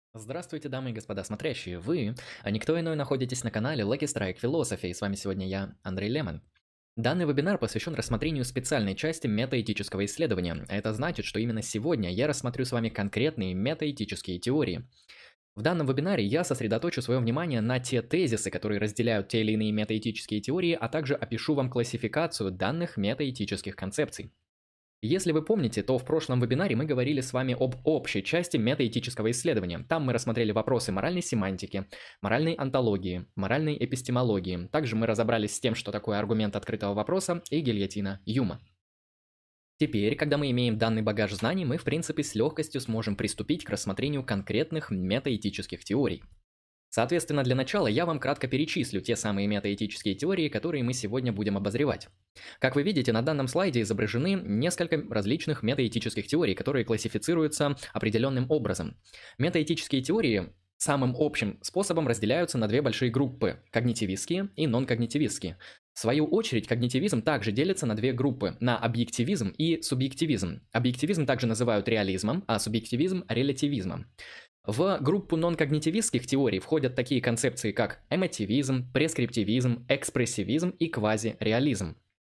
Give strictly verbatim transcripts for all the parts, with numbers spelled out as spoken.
Здравствуйте, дамы и господа смотрящие. Вы, а никто иной, находитесь на канале Lucky Strike Philosophy, и с вами сегодня я, Андрей Лемон. Данный вебинар посвящен рассмотрению специальной части метаэтического исследования. Это значит, что именно сегодня я рассмотрю с вами конкретные метаэтические теории. В данном вебинаре я сосредоточу свое внимание на те тезисы, которые разделяют те или иные метаэтические теории, а также опишу вам классификацию данных метаэтических концепций. Если вы помните, то в прошлом вебинаре мы говорили с вами об общей части метаэтического исследования. Там мы рассмотрели вопросы моральной семантики, моральной онтологии, моральной эпистемологии. Также мы разобрались с тем, что такое аргумент открытого вопроса и гильотина Юма. Теперь, когда мы имеем данный багаж знаний, мы в принципе с легкостью сможем приступить к рассмотрению конкретных метаэтических теорий. Соответственно, для начала я вам кратко перечислю те самые метаэтические теории, которые мы сегодня будем обозревать. Как вы видите, на данном слайде изображены несколько различных метаэтических теорий, которые классифицируются определенным образом. Метаэтические теории самым общим способом разделяются на две большие группы – когнитивистские и нон-когнитивистские. В свою очередь, когнитивизм также делится на две группы – на объективизм и субъективизм. Объективизм также называют реализмом, а субъективизм – релятивизмом. В группу нон-когнитивистских теорий входят такие концепции, как эмотивизм, прескриптивизм, экспрессивизм и квазиреализм.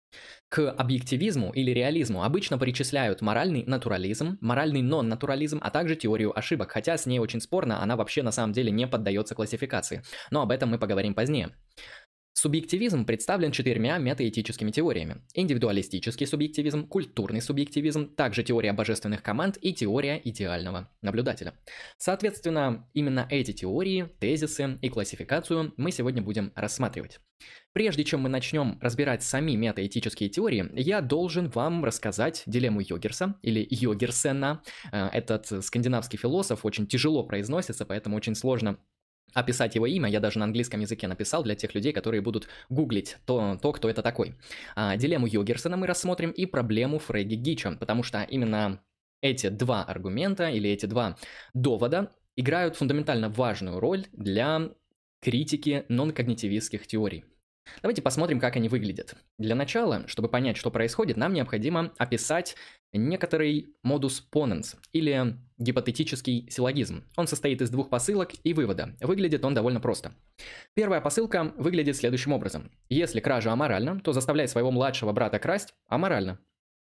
К объективизму или реализму обычно причисляют моральный натурализм, моральный нон-натурализм, а также теорию ошибок, хотя с ней очень спорно, она вообще на самом деле не поддается классификации. Но об этом мы поговорим позднее. Субъективизм представлен четырьмя метаэтическими теориями. Индивидуалистический субъективизм, культурный субъективизм, также теория божественных команд и теория идеального наблюдателя. Соответственно, именно эти теории, тезисы и классификацию мы сегодня будем рассматривать. Прежде чем мы начнем разбирать сами метаэтические теории, я должен вам рассказать дилемму Йогерса или Йогерсена. Этот скандинавский философ очень тяжело произносится, поэтому очень сложно описать его имя. Я даже на английском языке написал для тех людей, которые будут гуглить то, то кто это такой. А, дилемму Йогерсена мы рассмотрим и проблему Фрейги Гича, потому что именно эти два аргумента или эти два довода играют фундаментально важную роль для критики нон-когнитивистских теорий. Давайте посмотрим, как они выглядят. Для начала, чтобы понять, что происходит, нам необходимо описать некоторый модус поненс, или гипотетический силлогизм. Он состоит из двух посылок и вывода. Выглядит он довольно просто. Первая посылка выглядит следующим образом. Если кража аморальна, то заставлять своего младшего брата красть аморально.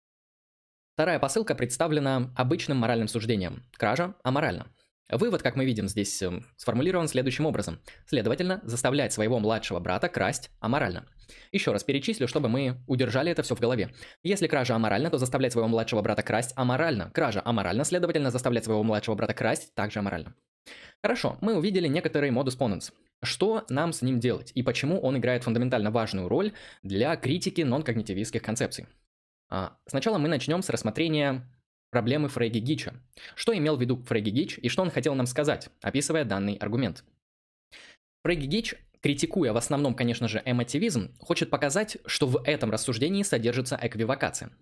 Вторая посылка представлена обычным моральным суждением. Кража аморальна. Вывод, как мы видим, здесь сформулирован следующим образом. Следовательно, заставлять своего младшего брата красть аморально. Еще раз перечислю, чтобы мы удержали это все в голове. Если кража аморальна, то заставлять своего младшего брата красть аморально. Кража аморальна, следовательно, заставлять своего младшего брата красть также аморально. Хорошо, мы увидели некоторый модус поненс. Что нам с ним делать и почему он играет фундаментально важную роль для критики нон-когнитивистских концепций? Сначала мы начнем с рассмотрения проблемы Фрейги Гича. Что имел в виду Фрейги Гич и что он хотел нам сказать, описывая данный аргумент? Фрейги Гич, критикуя в основном, конечно же, эмотивизм, хочет показать, что в этом рассуждении содержится эквивокация.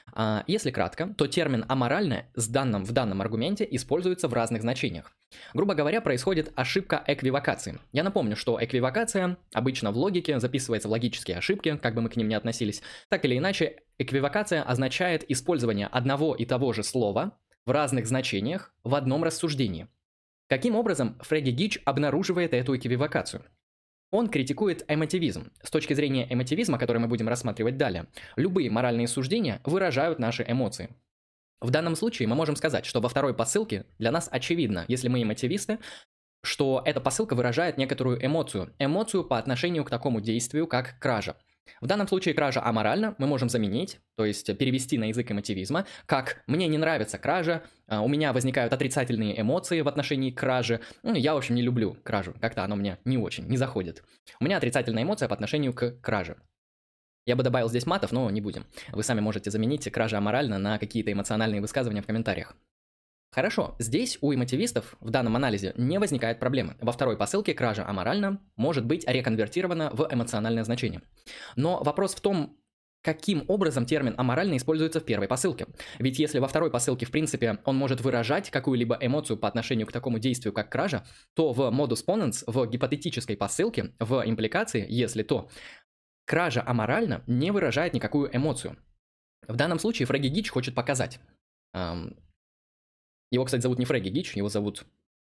А если кратко, то термин «аморально» с данным, в данном аргументе используется в разных значениях. Грубо говоря, происходит ошибка эквивокации. Я напомню, что эквивокация обычно в логике записывается в логические ошибки, как бы мы к ним ни относились. Так или иначе, эквивокация означает использование одного и того же слова в разных значениях в одном рассуждении. Каким образом Фрейги Гич обнаруживает эту эквивокацию? Он критикует эмотивизм. С точки зрения эмотивизма, который мы будем рассматривать далее, любые моральные суждения выражают наши эмоции. В данном случае мы можем сказать, что во второй посылке для нас очевидно, если мы эмотивисты, что эта посылка выражает некоторую эмоцию. Эмоцию по отношению к такому действию, как кража. В данном случае кража аморальна мы можем заменить, то есть перевести на язык эмотивизма, как «мне не нравится кража», у меня возникают отрицательные эмоции в отношении кражи, ну, я, в общем, не люблю кражу, как-то оно мне не очень, не заходит. У меня отрицательная эмоция по отношению к краже. Я бы добавил здесь матов, но не будем. Вы сами можете заменить «кража аморальна» на какие-то эмоциональные высказывания в комментариях. Хорошо, здесь у эмотивистов в данном анализе не возникает проблемы. Во второй посылке кража аморальна может быть реконвертирована в эмоциональное значение. Но вопрос в том, каким образом термин аморально используется в первой посылке. Ведь если во второй посылке, в принципе, он может выражать какую-либо эмоцию по отношению к такому действию, как кража, то в modus ponens, в гипотетической посылке, в импликации, если то, кража аморальна не выражает никакую эмоцию. В данном случае Фрейги Гич хочет показать... Эм, Его, кстати, зовут не Фрейги Гич, его зовут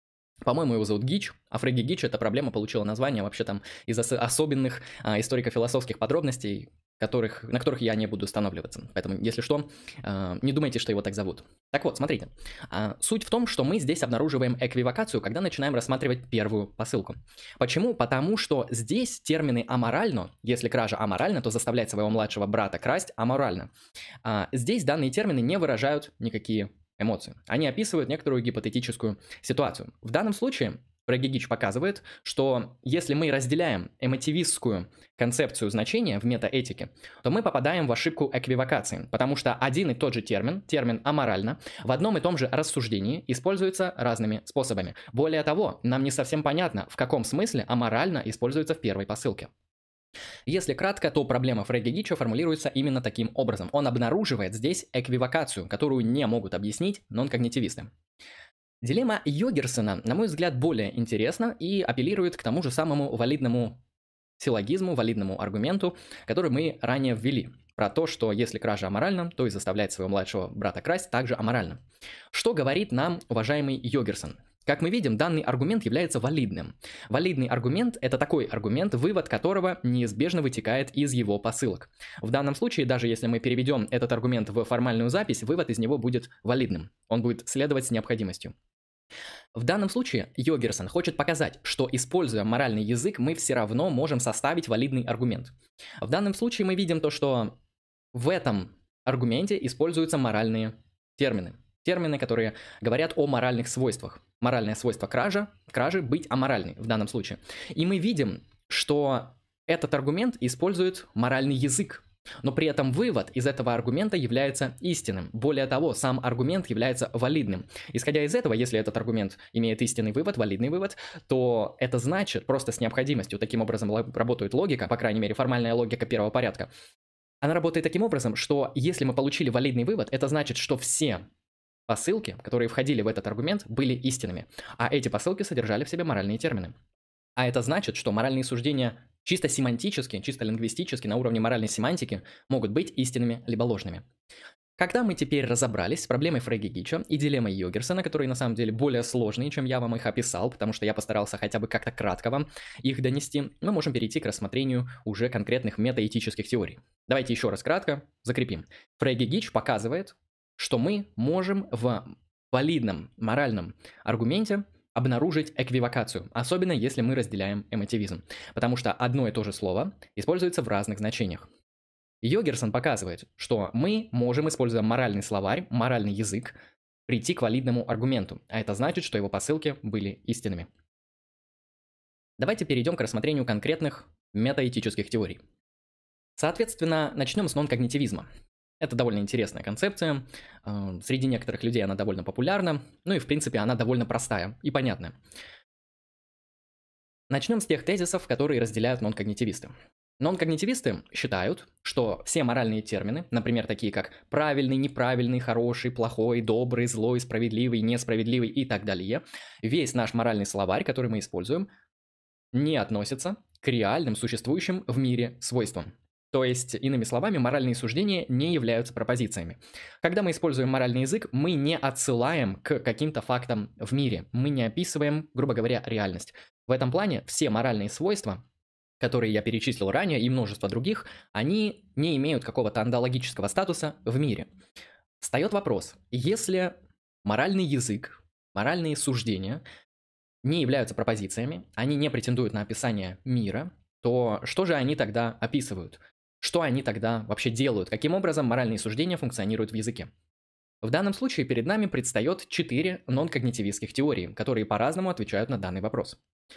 По-моему, его зовут Гич, а Фрейги Гич эта проблема получила название вообще там из ос- особенных а, историко-философских подробностей, которых, на которых я не буду останавливаться. Поэтому, если что, а, не думайте, что его так зовут. Так вот, смотрите. А, суть в том, что мы здесь обнаруживаем эквивокацию, когда начинаем рассматривать первую посылку. Почему? Потому что здесь термины «аморально», если кража аморальна, то заставлять своего младшего брата красть аморально. А, здесь данные термины не выражают никакие эмоции. Они описывают некоторую гипотетическую ситуацию. В данном случае Фрейги Гич показывает, что если мы разделяем эмотивистскую концепцию значения в метаэтике, то мы попадаем в ошибку эквивокации, потому что один и тот же термин, термин «аморально», в одном и том же рассуждении используется разными способами. Более того, нам не совсем понятно, в каком смысле «аморально» используется в первой посылке. Если кратко, то проблема Фрейги Гича формулируется именно таким образом. Он обнаруживает здесь эквивокацию, которую не могут объяснить нон-когнитивисты. Дилемма Йогерсона, на мой взгляд, более интересна и апеллирует к тому же самому валидному силлогизму, валидному аргументу, который мы ранее ввели. Про то, что если кража аморальна, то и заставлять своего младшего брата красть также аморально. Что говорит нам уважаемый Йогерсон? Как мы видим, данный аргумент является валидным. Валидный аргумент – это такой аргумент, вывод которого неизбежно вытекает из его посылок. В данном случае, даже если мы переведем этот аргумент в формальную запись, вывод из него будет валидным. Он будет следовать с необходимостью. В данном случае Йогерсон хочет показать, что, используя моральный язык, мы все равно можем составить валидный аргумент. В данном случае мы видим то, что в этом аргументе используются моральные термины. Термины, которые говорят о моральных свойствах. Моральное свойство кража, кражи быть аморальной в данном случае. И мы видим, что этот аргумент использует моральный язык. Но при этом вывод из этого аргумента является истинным. Более того, сам аргумент является валидным. Исходя из этого, если этот аргумент имеет истинный вывод, валидный вывод, то это значит просто с необходимостью. Таким образом работает логика, по крайней мере, формальная логика первого порядка. Она работает таким образом, что если мы получили валидный вывод, это значит, что все посылки, которые входили в этот аргумент, были истинными. А эти посылки содержали в себе моральные термины. А это значит, что моральные суждения чисто семантически, чисто лингвистически, на уровне моральной семантики, могут быть истинными либо ложными. Когда мы теперь разобрались с проблемой Фрейги Гича и дилеммой Йогерсона, которые на самом деле более сложные, чем я вам их описал, потому что я постарался хотя бы как-то кратко вам их донести, мы можем перейти к рассмотрению уже конкретных метаэтических теорий. Давайте еще раз кратко закрепим. Фрейги Гич показывает, что мы можем в валидном моральном аргументе обнаружить эквивокацию, особенно если мы разделяем эмотивизм, потому что одно и то же слово используется в разных значениях. Йогерсон показывает, что мы можем, используя моральный словарь, моральный язык, прийти к валидному аргументу, а это значит, что его посылки были истинными. Давайте перейдем к рассмотрению конкретных метаэтических теорий. Соответственно, начнем с нон-когнитивизма. Это довольно интересная концепция, среди некоторых людей она довольно популярна, ну и в принципе она довольно простая и понятная. Начнем с тех тезисов, которые разделяют нон-когнитивисты. Нон-когнитивисты считают, что все моральные термины, например, такие как правильный, неправильный, хороший, плохой, добрый, злой, справедливый, несправедливый и так далее, весь наш моральный словарь, который мы используем, не относится к реальным существующим в мире свойствам. То есть, иными словами, моральные суждения не являются пропозициями. Когда мы используем моральный язык, мы не отсылаем к каким-то фактам в мире. Мы не описываем, грубо говоря, реальность. В этом плане все моральные свойства, которые я перечислил ранее, и множество других, они не имеют какого-то онтологического статуса в мире. Встает вопрос, если моральный язык, моральные суждения не являются пропозициями, они не претендуют на описание мира, то что же они тогда описывают? Что они тогда вообще делают? Каким образом моральные суждения функционируют в языке? В данном случае перед нами предстает четыре нон-когнитивистских теории, которые по-разному отвечают на данный вопрос.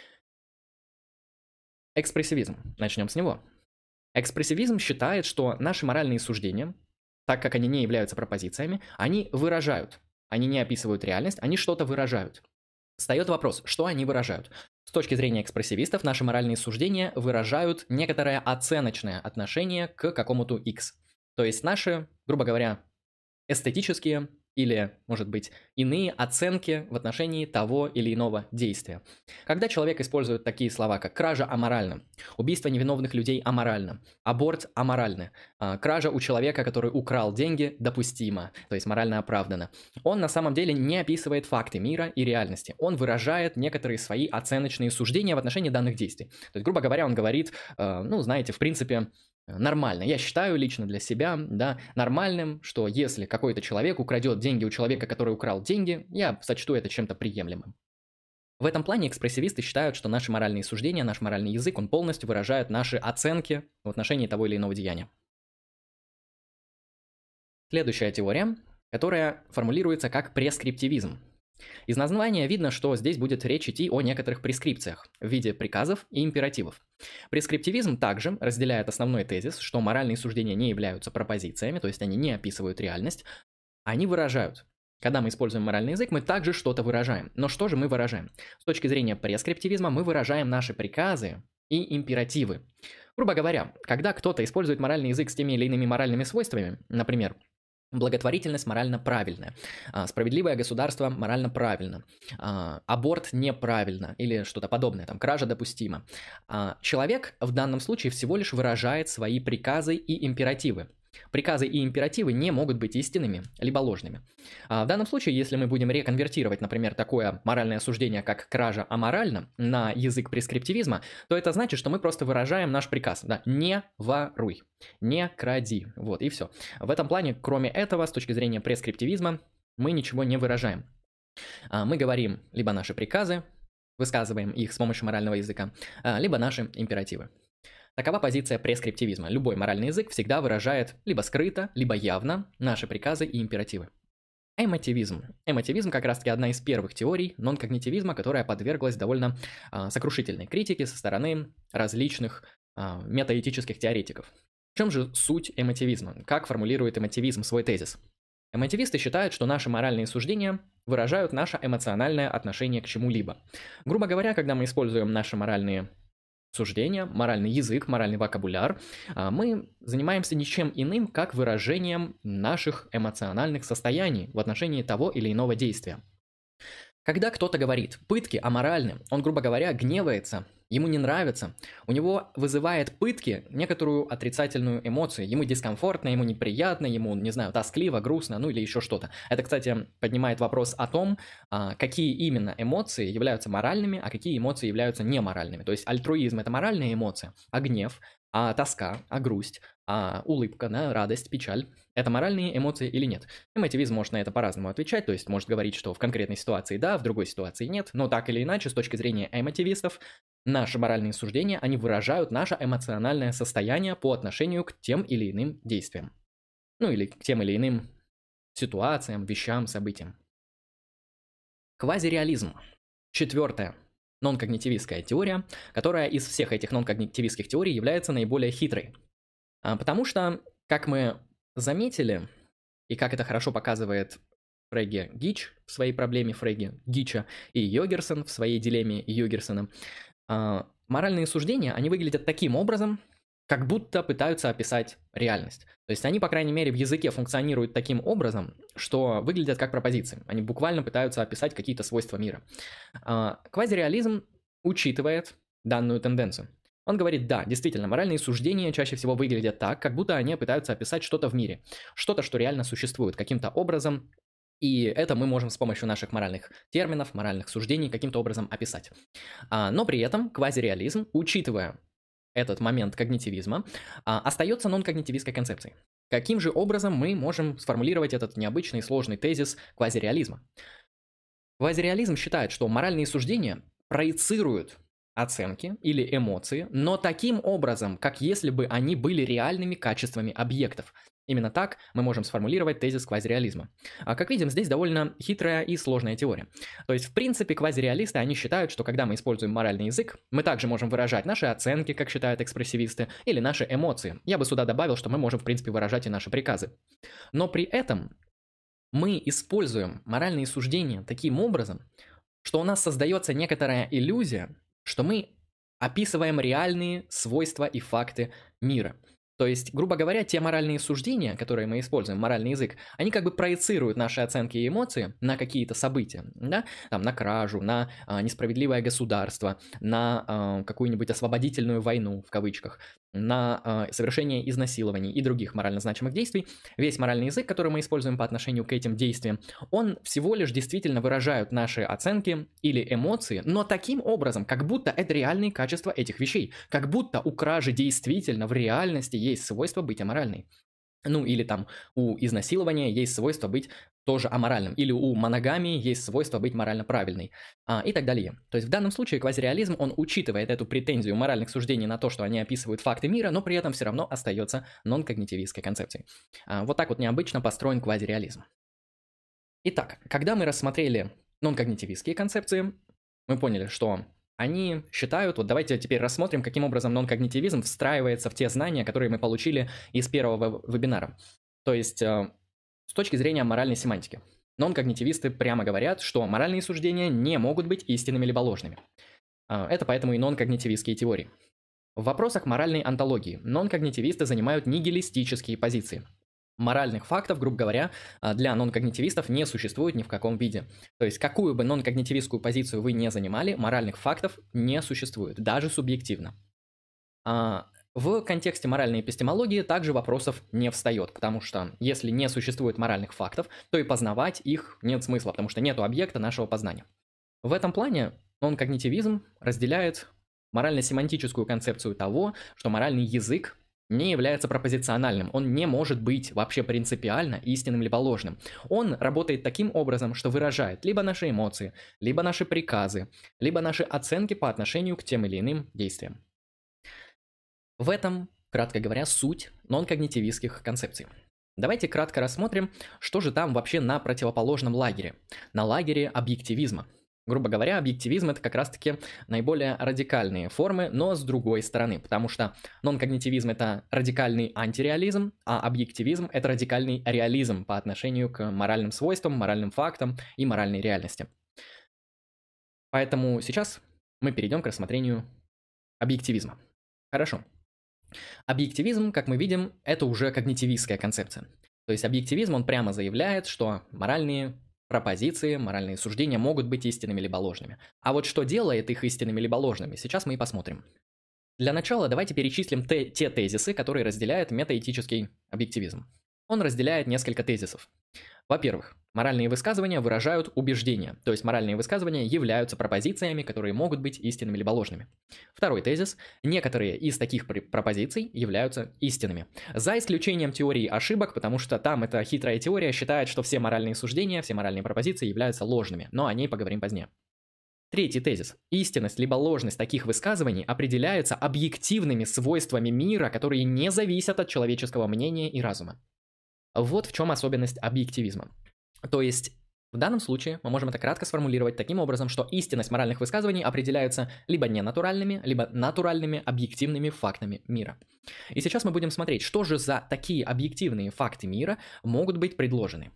Экспрессивизм. Начнем с него. Экспрессивизм считает, что наши моральные суждения, так как они не являются пропозициями, они выражают. Они не описывают реальность, они что-то выражают. Встает вопрос, что они выражают? С точки зрения экспрессивистов, наши моральные суждения выражают некоторое оценочное отношение к какому-то X. То есть наши, грубо говоря, эстетические или, может быть, иные оценки в отношении того или иного действия. Когда человек использует такие слова, как кража аморальна, убийство невиновных людей аморально, аборт аморально, а, кража у человека, который украл деньги, допустимо, то есть морально оправдано, он на самом деле не описывает факты мира и реальности. Он выражает некоторые свои оценочные суждения в отношении данных действий. То есть, грубо говоря, он говорит, э, ну, знаете, в принципе, нормально. Я считаю лично для себя, да, нормальным, что если какой-то человек украдет деньги у человека, который украл деньги, я сочту это чем-то приемлемым. В этом плане экспрессивисты считают, что наши моральные суждения, наш моральный язык, он полностью выражает наши оценки в отношении того или иного деяния. Следующая теория, которая формулируется как прескриптивизм. Из названия видно, что здесь будет речь идти о некоторых прескрипциях в виде приказов и императивов. Прескриптивизм также разделяет основной тезис, что моральные суждения не являются пропозициями, то есть они не описывают реальность, они выражают. Когда мы используем моральный язык, мы также что-то выражаем. Но что же мы выражаем? С точки зрения прескриптивизма мы выражаем наши приказы и императивы. Грубо говоря, когда кто-то использует моральный язык с теми или иными моральными свойствами, например, благотворительность морально правильная, справедливое государство морально правильно, аборт неправильно или что-то подобное, там, кража допустима. Человек в данном случае всего лишь выражает свои приказы и императивы. Приказы и императивы не могут быть истинными, либо ложными. В данном случае, если мы будем реконвертировать, например, такое моральное суждение, как кража аморальна, на язык прескриптивизма, то это значит, что мы просто выражаем наш приказ. Да, не воруй, не кради. Вот, и все. В этом плане, кроме этого, с точки зрения прескриптивизма, мы ничего не выражаем. Мы говорим либо наши приказы, высказываем их с помощью морального языка, либо наши императивы. Такова позиция прескриптивизма. Любой моральный язык всегда выражает либо скрыто, либо явно наши приказы и императивы. Эмотивизм. Эмотивизм как раз таки одна из первых теорий нон-когнитивизма, которая подверглась довольно а, сокрушительной критике со стороны различных а, метаэтических теоретиков. В чем же суть эмотивизма? Как формулирует эмотивизм свой тезис? Эмотивисты считают, что наши моральные суждения выражают наше эмоциональное отношение к чему-либо. Грубо говоря, когда мы используем наши моральные суждения, моральный язык, моральный вокабуляр, мы занимаемся ничем иным, как выражением наших эмоциональных состояний в отношении того или иного действия. Когда кто-то говорит «пытки аморальны», он, грубо говоря, гневается, ему не нравится, у него вызывает пытки некоторую отрицательную эмоцию, ему дискомфортно, ему неприятно, ему, не знаю, тоскливо, грустно, ну или еще что-то. Это, кстати, поднимает вопрос о том, какие именно эмоции являются моральными, а какие эмоции являются неморальными. То есть альтруизм – это моральная эмоция, а гнев, а тоска, а грусть, а улыбка, да, радость, печаль – это моральные эмоции или нет? Эмотивизм может на это по-разному отвечать, то есть может говорить, что в конкретной ситуации да, в другой ситуации нет, но так или иначе, с точки зрения эмотивистов, наши моральные суждения, они выражают наше эмоциональное состояние по отношению к тем или иным действиям. Ну или к тем или иным ситуациям, вещам, событиям. Квазиреализм. Четвертая нон-когнитивистская теория, которая из всех этих нон-когнитивистских теорий является наиболее хитрой. Потому что, как мы заметили, и как это хорошо показывает Фрege Гич в своей проблеме Фреге Гича и Йогерсон в своей дилемме Йогерсона, моральные суждения, они выглядят таким образом, как будто пытаются описать реальность. То есть они, по крайней мере, в языке функционируют таким образом, что выглядят как пропозиции. Они буквально пытаются описать какие-то свойства мира. Квазиреализм учитывает данную тенденцию. Он говорит, да, действительно, моральные суждения чаще всего выглядят так, как будто они пытаются описать что-то в мире. Что-то, что реально существует каким-то образом. И это мы можем с помощью наших моральных терминов, моральных суждений каким-то образом описать. Но при этом квазиреализм, учитывая этот момент когнитивизма, остается нон-когнитивистской концепцией. Каким же образом мы можем сформулировать этот необычный сложный тезис квазиреализма? Квазиреализм считает, что моральные суждения проецируют оценки или эмоции, но таким образом, как если бы они были реальными качествами объектов. Именно так мы можем сформулировать тезис квазиреализма. А как видим, здесь довольно хитрая и сложная теория. То есть, в принципе, квазиреалисты, они считают, что когда мы используем моральный язык, мы также можем выражать наши оценки, как считают экспрессивисты, или наши эмоции. Я бы сюда добавил, что мы можем, в принципе, выражать и наши приказы. Но при этом мы используем моральные суждения таким образом, что у нас создается некоторая иллюзия, что мы описываем реальные свойства и факты мира. То есть, грубо говоря, те моральные суждения, которые мы используем, моральный язык, они как бы проецируют наши оценки и эмоции на какие-то события, да, там, на кражу, на а, несправедливое государство, на а, какую-нибудь освободительную войну, в кавычках, на а, совершение изнасилований и других морально значимых действий. Весь моральный язык, который мы используем по отношению к этим действиям, он всего лишь действительно выражает наши оценки или эмоции, но таким образом, как будто это реальные качества этих вещей, как будто у кражи действительно в реальности есть свойство быть аморальной. Ну, или там у изнасилования есть свойство быть тоже аморальным, или у моногамии есть свойство быть морально правильной, а, и так далее. То есть в данном случае квазиреализм, он учитывает эту претензию моральных суждений на то, что они описывают факты мира, но при этом все равно остается нон-когнитивистской концепцией. А, вот так вот необычно построен квазиреализм. Итак, когда мы рассмотрели нон-когнитивистские концепции, мы поняли, что они считают, вот давайте теперь рассмотрим, каким образом нон-когнитивизм встраивается в те знания, которые мы получили из первого вебинара. То есть, э, с точки зрения моральной семантики. Нон-когнитивисты прямо говорят, что моральные суждения не могут быть истинными либо ложными. Э, это поэтому и нон-когнитивистские теории. В вопросах моральной онтологии нон-когнитивисты занимают нигилистические позиции. Моральных фактов, грубо говоря, для нон-когнитивистов не существует ни в каком виде. То есть, какую бы нон-когнитивистскую позицию вы не занимали, моральных фактов не существует, даже субъективно. В контексте моральной эпистемологии также вопросов не встает, потому что если не существует моральных фактов, то и познавать их нет смысла, потому что нет объекта нашего познания. В этом плане нон-когнитивизм разделяет морально-семантическую концепцию того, что моральный язык не является пропозициональным, он не может быть вообще принципиально истинным либо ложным. Он работает таким образом, что выражает либо наши эмоции, либо наши приказы, либо наши оценки по отношению к тем или иным действиям. В этом, кратко говоря, суть нон-когнитивистских концепций. Давайте кратко рассмотрим, что же там вообще на противоположном лагере, на лагере объективизма. Грубо говоря, объективизм — это как раз-таки наиболее радикальные формы, но с другой стороны, потому что нон-когнитивизм — это радикальный антиреализм, а объективизм — это радикальный реализм по отношению к моральным свойствам, моральным фактам и моральной реальности. Поэтому сейчас мы перейдем к рассмотрению объективизма. Хорошо. Объективизм, как мы видим, это уже когнитивистская концепция. То есть объективизм, он прямо заявляет, что моральные пропозиции, моральные суждения могут быть истинными либо ложными. А вот что делает их истинными либо ложными, сейчас мы и посмотрим. Для начала давайте перечислим те, те тезисы, которые разделяют метаэтический объективизм. Он разделяет несколько тезисов. Во-первых, моральные высказывания выражают убеждения, то есть моральные высказывания являются пропозициями, которые могут быть истинными либо ложными. Второй тезис. Некоторые из таких пропозиций являются истинными. За исключением теории ошибок, потому что там эта хитрая теория считает, что все моральные суждения, все моральные пропозиции являются ложными, но о ней поговорим позднее. Третий тезис. Истинность либо ложность таких высказываний определяется объективными свойствами мира, которые не зависят от человеческого мнения и разума. Вот в чем особенность объективизма. То есть, в данном случае мы можем это кратко сформулировать таким образом, что истинность моральных высказываний определяется либо ненатуральными, либо натуральными объективными фактами мира. И сейчас мы будем смотреть, что же за такие объективные факты мира могут быть предложены.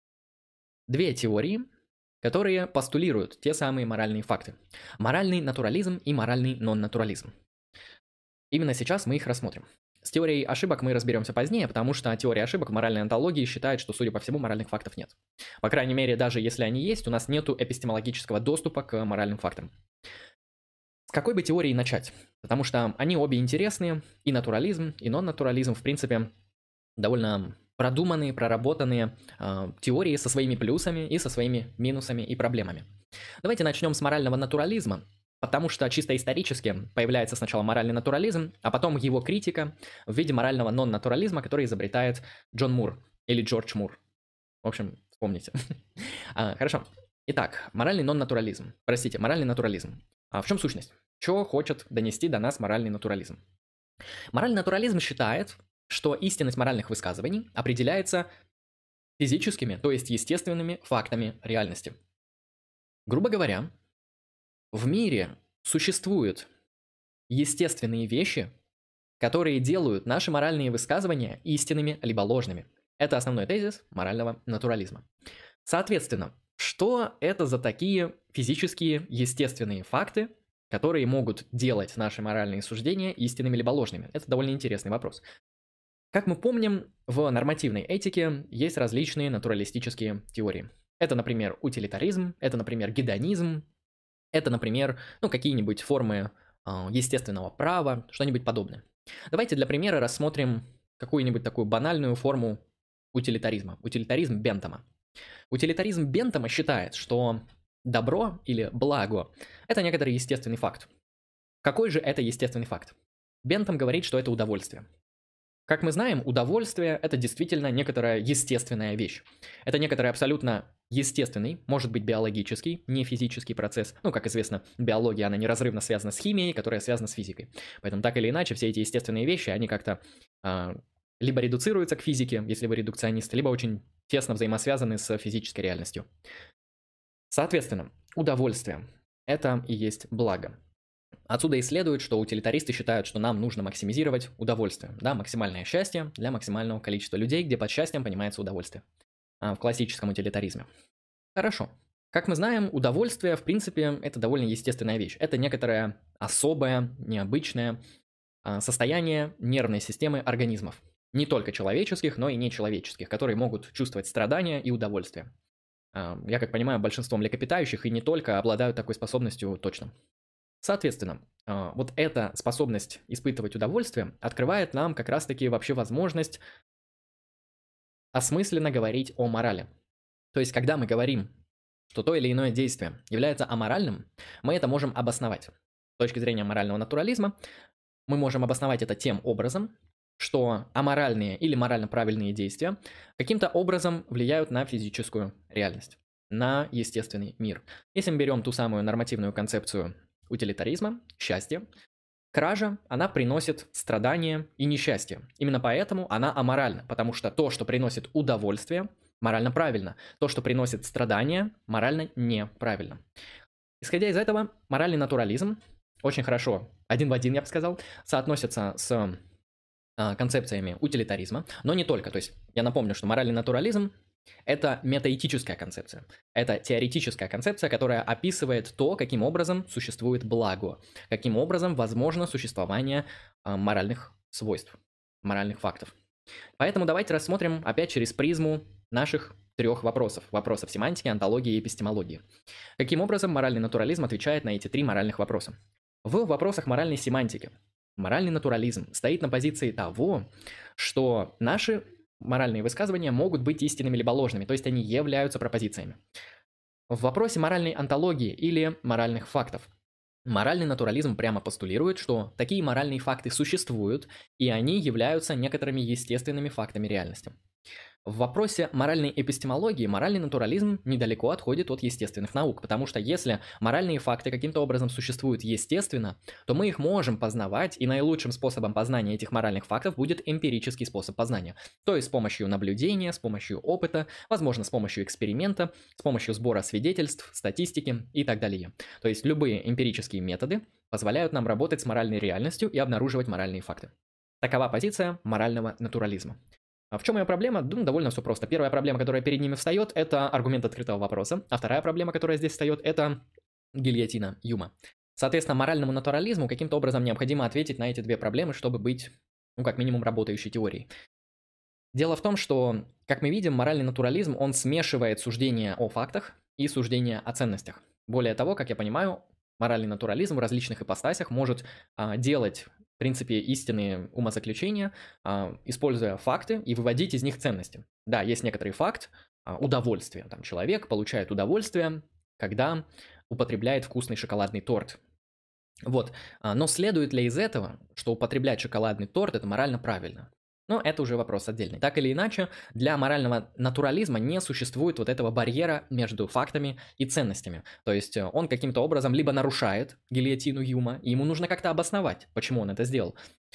Две теории, которые постулируют те самые моральные факты. Моральный натурализм и моральный нон-натурализм. Именно сейчас мы их рассмотрим. С теорией ошибок мы разберемся позднее, потому что теория ошибок в моральной онтологии считает, что, судя по всему, моральных фактов нет. По крайней мере, даже если они есть, у нас нет эпистемологического доступа к моральным фактам. С какой бы теорией начать? Потому что они обе интересные, и натурализм, и нон-натурализм, в принципе, довольно продуманные, проработанные э, теории со своими плюсами и со своими минусами и проблемами. Давайте начнем с морального натурализма. Потому что чисто исторически появляется сначала моральный натурализм, а потом его критика в виде морального нон-натурализма, который изобретает Джон Мур или Джордж Мур. В общем, вспомните. а, хорошо. Итак, моральный нон-натурализм. Простите, моральный натурализм. А в чем сущность? Что хочет донести до нас моральный натурализм? Моральный натурализм считает, что истинность моральных высказываний определяется физическими, то есть естественными фактами реальности. Грубо говоря, в мире существуют естественные вещи, которые делают наши моральные высказывания истинными либо ложными. Это основной тезис морального натурализма. Соответственно, что это за такие физические естественные факты, которые могут делать наши моральные суждения истинными либо ложными? Это довольно интересный вопрос. Как мы помним, в нормативной этике есть различные натуралистические теории. Это, например, утилитаризм, это, например, гедонизм, это, например, ну, какие-нибудь формы э, естественного права, что-нибудь подобное. Давайте для примера рассмотрим какую-нибудь такую банальную форму утилитаризма. Утилитаризм Бентама. Утилитаризм Бентама считает, что добро или благо – это некоторый естественный факт. Какой же это естественный факт? Бентам говорит, что это удовольствие. Как мы знаем, удовольствие – это действительно некоторая естественная вещь. Это некоторый абсолютно естественный, может быть биологический, не физический процесс. Ну, как известно, биология, она неразрывно связана с химией, которая связана с физикой. Поэтому так или иначе, все эти естественные вещи, они как-то э, либо редуцируются к физике, если вы редукционист, либо очень тесно взаимосвязаны с физической реальностью. Соответственно, удовольствие – это и есть благо. Отсюда и следует, что утилитаристы считают, что нам нужно максимизировать удовольствие. Да, максимальное счастье для максимального количества людей, где под счастьем понимается удовольствие. А, в классическом утилитаризме. Хорошо. Как мы знаем, удовольствие, в принципе, это довольно естественная вещь. Это некоторое особое, необычное а, состояние нервной системы организмов. Не только человеческих, но и нечеловеческих, которые могут чувствовать страдания и удовольствие. А, я как понимаю, большинство млекопитающих и не только обладают такой способностью точно. Соответственно, вот эта способность испытывать удовольствие открывает нам как раз-таки вообще возможность осмысленно говорить о морали. То есть, когда мы говорим, что то или иное действие является аморальным, мы это можем обосновать. С точки зрения морального натурализма, мы можем обосновать это тем образом, что аморальные или морально правильные действия каким-то образом влияют на физическую реальность, на естественный мир. Если мы берем ту самую нормативную концепцию утилитаризма, счастье, кража, она приносит страдания и несчастье. Именно поэтому она аморальна, потому что то, что приносит удовольствие, морально правильно. То, что приносит страдания, морально неправильно. Исходя из этого, моральный натурализм очень хорошо, один в один, я бы сказал, соотносится с э, концепциями утилитаризма, но не только. То есть я напомню, что моральный натурализм – это метаэтическая концепция. Это теоретическая концепция, которая описывает то, каким образом существует благо, каким образом возможно существование э, моральных свойств, моральных фактов. Поэтому давайте рассмотрим опять через призму наших трех вопросов. Вопросов семантики, онтологии и эпистемологии. Каким образом моральный натурализм отвечает на эти три моральных вопроса? В вопросах моральной семантики моральный натурализм стоит на позиции того, что наши моральные высказывания могут быть истинными либо ложными, то есть они являются пропозициями. В вопросе моральной онтологии или моральных фактов моральный натурализм прямо постулирует, что такие моральные факты существуют, и они являются некоторыми естественными фактами реальности. В вопросе моральной эпистемологии моральный натурализм недалеко отходит от естественных наук, потому что если моральные факты каким-то образом существуют естественно, то мы их можем познавать, и наилучшим способом познания этих моральных фактов будет эмпирический способ познания. То есть с помощью наблюдения, с помощью опыта, возможно, с помощью эксперимента, с помощью сбора свидетельств, статистики и так далее. То есть любые эмпирические методы позволяют нам работать с моральной реальностью и обнаруживать моральные факты. Такова позиция морального натурализма. А в чем ее проблема? Ну, довольно все просто. Первая проблема, которая перед ними встает, это аргумент открытого вопроса. А вторая проблема, которая здесь встает, это гильотина Юма. Соответственно, моральному натурализму каким-то образом необходимо ответить на эти две проблемы, чтобы быть, ну, как минимум, работающей теорией. Дело в том, что, как мы видим, моральный натурализм, он смешивает суждения о фактах и суждения о ценностях. Более того, как я понимаю, моральный натурализм в различных ипостасях может а, делать, в принципе, истинные умозаключения, а, используя факты и выводить из них ценности. Да, есть некоторый факт, а, удовольствие. Там человек получает удовольствие, когда употребляет вкусный шоколадный торт. Вот. А, но следует ли из этого, что употреблять шоколадный торт – это морально правильно? Но это уже вопрос отдельный. Так или иначе, для морального натурализма не существует вот этого барьера между фактами и ценностями. То есть он каким-то образом либо нарушает гильотину Юма, и ему нужно как-то обосновать, почему он это сделал.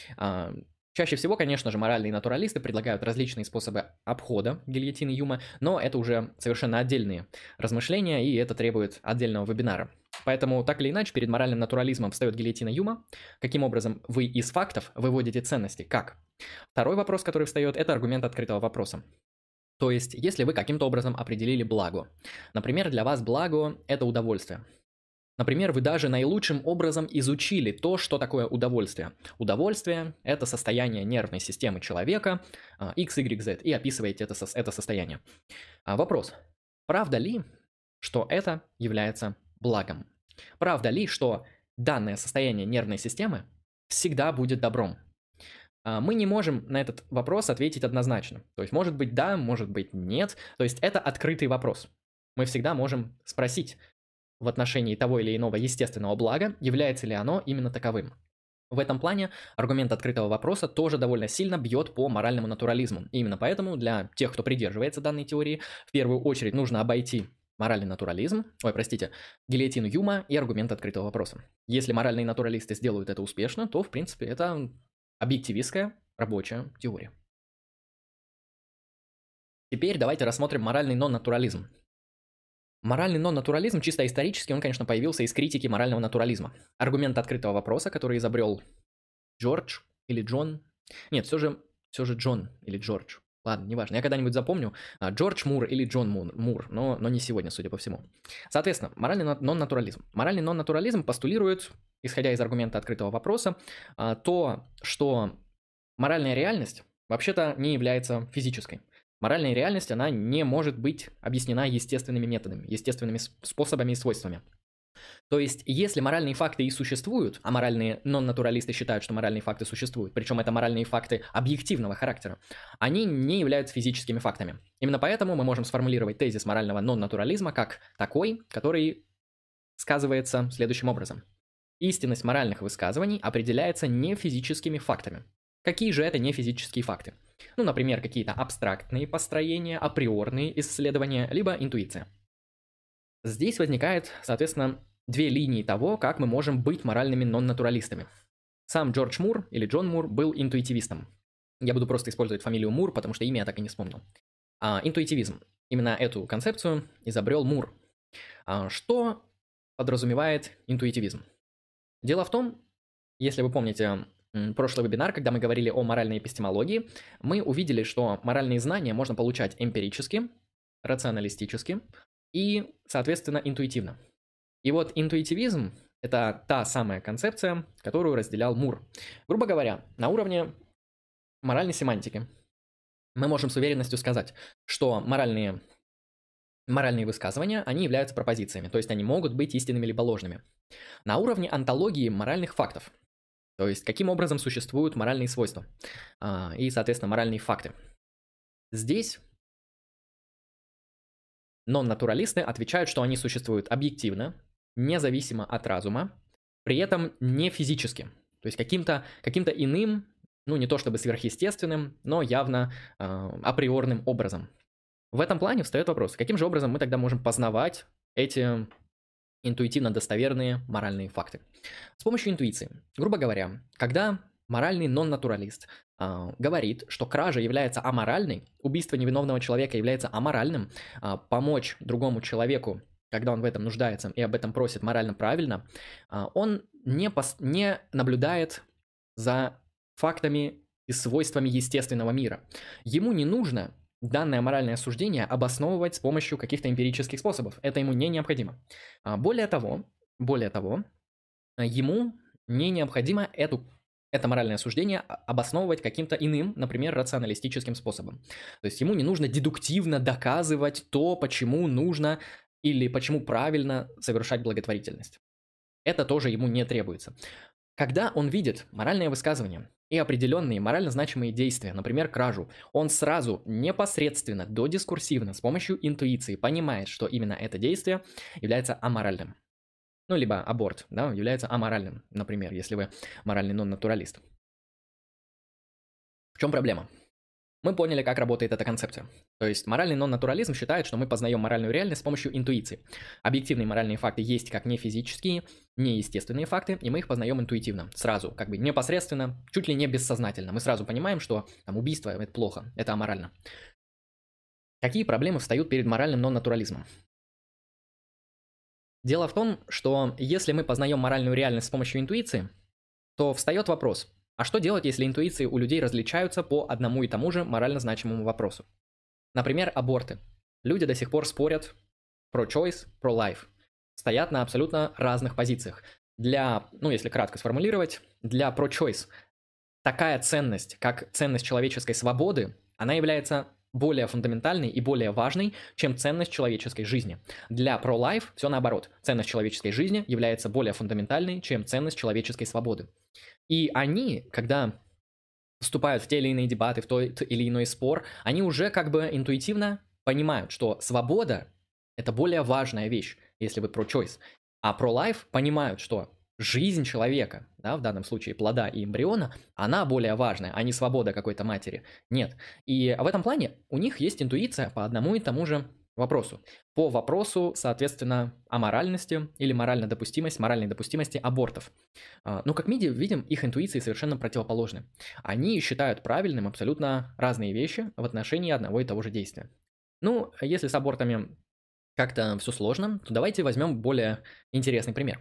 Чаще всего, конечно же, моральные натуралисты предлагают различные способы обхода гильотины Юма, но это уже совершенно отдельные размышления, и это требует отдельного вебинара. Поэтому, так или иначе, перед моральным натурализмом встает гильотина Юма. Каким образом вы из фактов выводите ценности? Как? Второй вопрос, который встает, это аргумент открытого вопроса. То есть, если вы каким-то образом определили благо. Например, для вас благо – это удовольствие. Например, вы даже наилучшим образом изучили то, что такое удовольствие. Удовольствие– это состояние нервной системы человека, а, X, Y, Z, и описываете это, сос- это состояние. А вопрос. Правда ли, что это является благом? Правда ли, что данное состояние нервной системы всегда будет добром? А, Мы не можем на этот вопрос ответить однозначно. То есть, может быть, да, может быть, нет. То есть, это открытый вопрос. Мы всегда можем спросить в отношении того или иного естественного блага, является ли оно именно таковым. В этом плане аргумент открытого вопроса тоже довольно сильно бьет по моральному натурализму. И именно поэтому для тех, кто придерживается данной теории, в первую очередь нужно обойти моральный натурализм, ой, простите, гильотину Юма и аргумент открытого вопроса. Если моральные натуралисты сделают это успешно, то, в принципе, это объективистская рабочая теория. Теперь давайте рассмотрим моральный нон-натурализм. Моральный нон-натурализм чисто исторически, он, конечно, появился из критики морального натурализма. Аргумент открытого вопроса, который изобрел Джордж или Джон. Нет, все же, все же Джон или Джордж. Ладно, неважно, я когда-нибудь запомню. а, Джордж Мур или Джон Мур, Мур но, но не сегодня, судя по всему. Соответственно, моральный на- нон-натурализм. Моральный нон-натурализм постулирует, исходя из аргумента открытого вопроса, а, то, что моральная реальность вообще-то не является физической. Моральная реальность, она не может быть объяснена естественными методами, естественными с- способами и свойствами. То есть, если моральные факты и существуют, а моральные нон-натуралисты считают, что моральные факты существуют, причем это моральные факты объективного характера, они не являются физическими фактами. Именно поэтому мы можем сформулировать тезис морального нон-натурализма как такой, который сказывается следующим образом. Истинность моральных высказываний определяется не физическими фактами. Какие же это не физические факты? Ну, например, какие-то абстрактные построения, априорные исследования, либо интуиция. Здесь возникает, соответственно, две линии того, как мы можем быть моральными нон-натуралистами. Сам Джордж Мур или Джон Мур был интуитивистом. Я буду просто использовать фамилию Мур, потому что имя я так и не вспомнил. А, интуитивизм. Именно эту концепцию изобрел Мур. А, что подразумевает интуитивизм? Дело в том, если вы помните м, прошлый вебинар, когда мы говорили о моральной эпистемологии, мы увидели, что моральные знания можно получать эмпирически, рационалистически и, соответственно, интуитивно. И вот интуитивизм– это та самая концепция, которую разделял Мур. Грубо говоря, на уровне моральной семантики мы можем с уверенностью сказать, что моральные, моральные высказывания, они являются пропозициями, то есть они могут быть истинными либо ложными. На уровне онтологии моральных фактов, то есть каким образом существуют моральные свойства а, и, соответственно, моральные факты. Здесь нон-натуралисты отвечают, что они существуют объективно, независимо от разума, при этом не физически, то есть каким-то каким иным, ну не то чтобы сверхъестественным, но явно э, априорным образом. В этом плане встает вопрос, каким же образом мы тогда можем познавать эти интуитивно достоверные моральные факты? С помощью интуиции. Грубо говоря, когда моральный нон-натуралист а, говорит, что кража является аморальной, убийство невиновного человека является аморальным, а, помочь другому человеку, когда он в этом нуждается и об этом просит морально правильно, а, он не, пос- не наблюдает за фактами и свойствами естественного мира. Ему не нужно данное моральное суждение обосновывать с помощью каких-то эмпирических способов. Это ему не необходимо. А, Более того, более того, ему не необходимо эту, это моральное суждение обосновывать каким-то иным, например, рационалистическим способом. То есть ему не нужно дедуктивно доказывать то, почему нужно или почему правильно совершать благотворительность. Это тоже ему не требуется. Когда он видит моральное высказывание и определенные морально значимые действия, например, кражу, он сразу непосредственно, додискурсивно, с помощью интуиции понимает, что именно это действие является аморальным. Ну, либо аборт, да, является аморальным, например, если вы моральный нон-натуралист. В чем проблема? Мы поняли, как работает эта концепция. То есть моральный нон-натурализм считает, что мы познаем моральную реальность с помощью интуиции. Объективные моральные факты есть как не физические, не естественные факты, и мы их познаем интуитивно, сразу, как бы непосредственно, чуть ли не бессознательно. Мы сразу понимаем, что там убийство – это плохо, это аморально. Какие проблемы встают перед моральным нон-натурализмом? Дело в том, что если мы познаем моральную реальность с помощью интуиции, то встает вопрос, а что делать, если интуиции у людей различаются по одному и тому же морально значимому вопросу? Например, аборты. Люди до сих пор спорят про choice, про life. стоят на абсолютно разных позициях. Для, ну, если кратко сформулировать, для pro-choice такая ценность, как ценность человеческой свободы, она является более фундаментальной и более важной, чем ценность человеческой жизни. Для pro-life все наоборот. Ценность человеческой жизни является более фундаментальной, чем ценность человеческой свободы. И они, когда вступают в те или иные дебаты, в тот или иной спор, они уже как бы интуитивно понимают, что свобода – это более важная вещь, если вы pro-choice. А pro-life понимают, что жизнь человека, да, в данном случае плода и эмбриона, она более важная, а не свобода какой-то матери. Нет. И в этом плане у них есть интуиция по одному и тому же вопросу. По вопросу, соответственно, о моральности или моральной допустимости, моральной допустимости абортов. Ну, как мы видим, их интуиции совершенно противоположны. Они считают правильным абсолютно разные вещи в отношении одного и того же действия. Ну, если с абортами как-то все сложно, то давайте возьмем более интересный пример.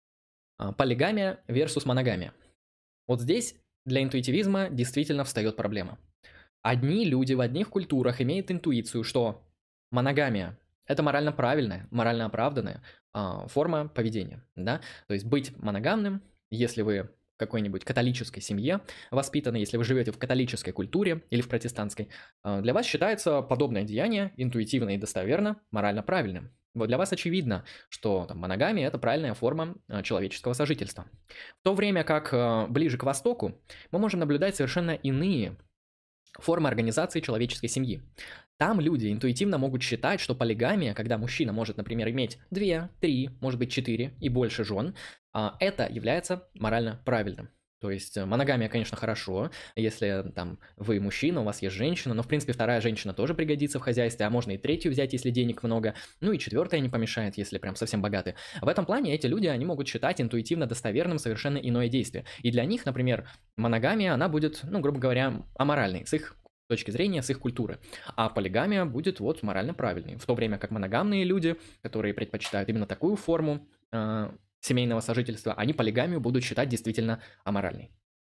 Полигамия versus моногамия. Вот здесь для интуитивизма действительно встает проблема. Одни люди в одних культурах имеют интуицию, что моногамия – это морально правильная, морально оправданная э, форма поведения. Да? То есть быть моногамным, если вы в какой-нибудь католической семье воспитаны, если вы живете в католической культуре или в протестантской, э, для вас считается подобное деяние интуитивно и достоверно морально правильным. Вот для вас очевидно, что там, моногамия – это правильная форма э, человеческого сожительства. В то время как э, ближе к Востоку мы можем наблюдать совершенно иные формы организации человеческой семьи. Там люди интуитивно могут считать, что полигамия, когда мужчина может, например, иметь две, три, может быть четыре и больше жен, э, это является морально правильным. То есть моногамия, конечно, хорошо, если там вы мужчина, у вас есть женщина, но в принципе вторая женщина тоже пригодится в хозяйстве, а можно и третью взять, если денег много, ну и четвертая не помешает, если прям совсем богаты. В этом плане эти люди, они могут считать интуитивно достоверным совершенно иное действие. И для них, например, моногамия, она будет, ну, грубо говоря, аморальной, с их точки зрения, с их культуры. А полигамия будет вот морально правильной. В то время как моногамные люди, которые предпочитают именно такую форму э, семейного сожительства, они полигамию будут считать действительно аморальной.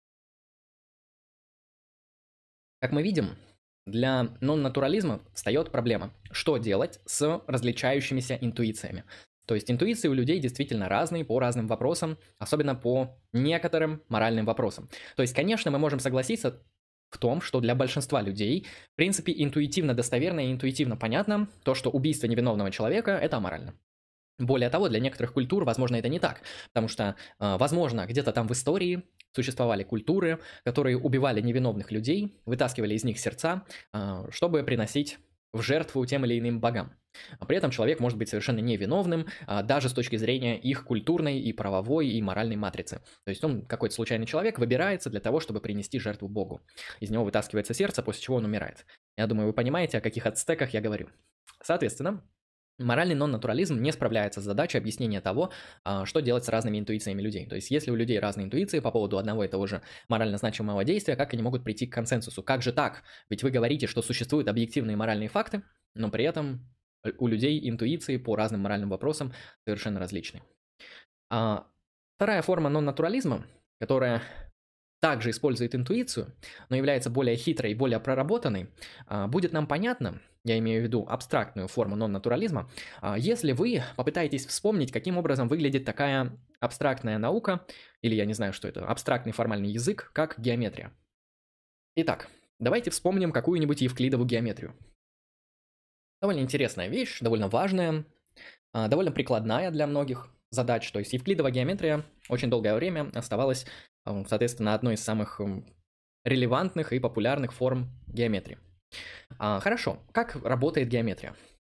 Как мы видим, для нон-натурализма встает проблема, что делать с различающимися интуициями. То есть интуиции у людей действительно разные по разным вопросам, особенно по некоторым моральным вопросам. То есть, конечно, мы можем согласиться в том, что для большинства людей, в принципе, интуитивно достоверно и интуитивно понятно то, что убийство невиновного человека – это аморально. Более того, для некоторых культур, возможно, это не так, потому что, возможно, где-то там в истории существовали культуры, которые убивали невиновных людей, вытаскивали из них сердца, чтобы приносить в жертву тем или иным богам. При этом человек может быть совершенно невиновным, даже с точки зрения их культурной и правовой и моральной матрицы. То есть он, какой-то случайный человек, выбирается для того, чтобы принести жертву богу. Из него вытаскивается сердце, после чего он умирает. Я думаю, вы понимаете, о каких ацтеках я говорю. Соответственно, моральный нон-натурализм не справляется с задачей объяснения того, что делать с разными интуициями людей. То есть, если у людей разные интуиции по поводу одного и того же морально значимого действия, как они могут прийти к консенсусу? Как же так? Ведь вы говорите, что существуют объективные моральные факты, но при этом у людей интуиции по разным моральным вопросам совершенно различны. А вторая форма нон-натурализма, которая также использует интуицию, но является более хитрой и более проработанной, будет нам понятно, я имею в виду абстрактную форму нон-натурализма, если вы попытаетесь вспомнить, каким образом выглядит такая абстрактная наука, или я не знаю, что это, абстрактный формальный язык, как геометрия. Итак, давайте вспомним какую-нибудь евклидову геометрию. Довольно интересная вещь, довольно важная, довольно прикладная для многих задач. То есть евклидова геометрия очень долгое время оставалась, соответственно, одной из самых релевантных и популярных форм геометрии. Хорошо, как работает геометрия?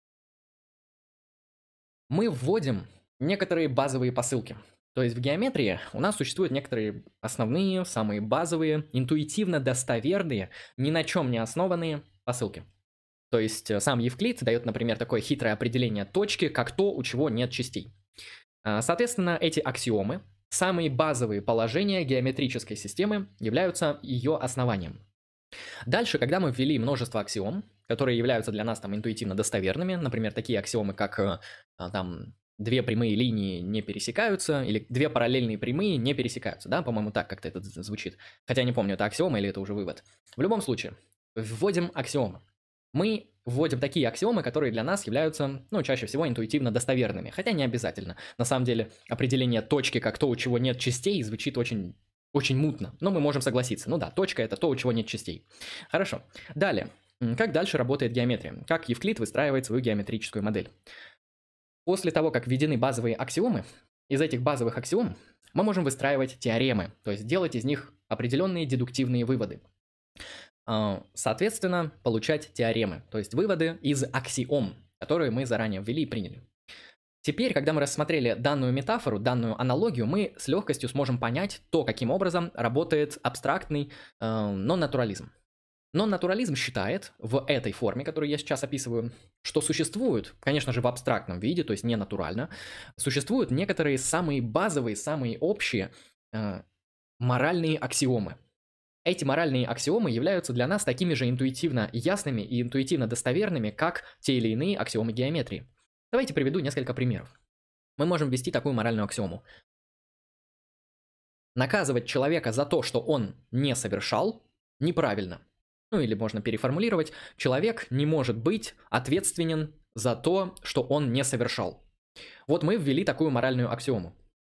Мы вводим некоторые базовые посылки. То есть в геометрии у нас существуют некоторые основные, самые базовые, интуитивно достоверные, ни на чем не основанные посылки. То есть сам Евклид дает, например, такое хитрое определение точки, как то, у чего нет частей. Соответственно, эти аксиомы, самые базовые положения геометрической системы, являются ее основанием. Дальше, когда мы ввели множество аксиом, которые являются для нас там интуитивно достоверными, например, такие аксиомы, как там две прямые линии не пересекаются, или две параллельные прямые не пересекаются, да, по-моему, так как-то это звучит. Хотя я не помню, это аксиома или это уже вывод. В любом случае, вводим аксиомы. Мы вводим такие аксиомы, которые для нас являются, ну, чаще всего интуитивно достоверными, хотя не обязательно. На самом деле, определение точки как то, у чего нет частей, звучит очень, очень мутно, но мы можем согласиться. Ну да, точка – это то, у чего нет частей. Хорошо. Далее. Как дальше работает геометрия? Как Евклид выстраивает свою геометрическую модель? После того, как введены базовые аксиомы, из этих базовых аксиом мы можем выстраивать теоремы, то есть делать из них определенные дедуктивные выводы. Соответственно, получать теоремы, то есть выводы из аксиом, которые мы заранее ввели и приняли. Теперь, когда мы рассмотрели данную метафору, данную аналогию, мы с легкостью сможем понять то, каким образом работает абстрактный э, нон-натурализм. Нон-натурализм считает в этой форме, которую я сейчас описываю, что существуют, конечно же, в абстрактном виде, то есть не натурально, существуют некоторые самые базовые, самые общие э, моральные аксиомы. Эти моральные аксиомы являются для нас такими же интуитивно ясными и интуитивно достоверными, как те или иные аксиомы геометрии. Давайте приведу несколько примеров. Мы можем ввести такую моральную аксиому. Наказывать человека за то, что он не совершал, неправильно. Ну или можно переформулировать, человек не может быть ответственен за то, что он не совершал. Вот мы ввели такую моральную аксиому.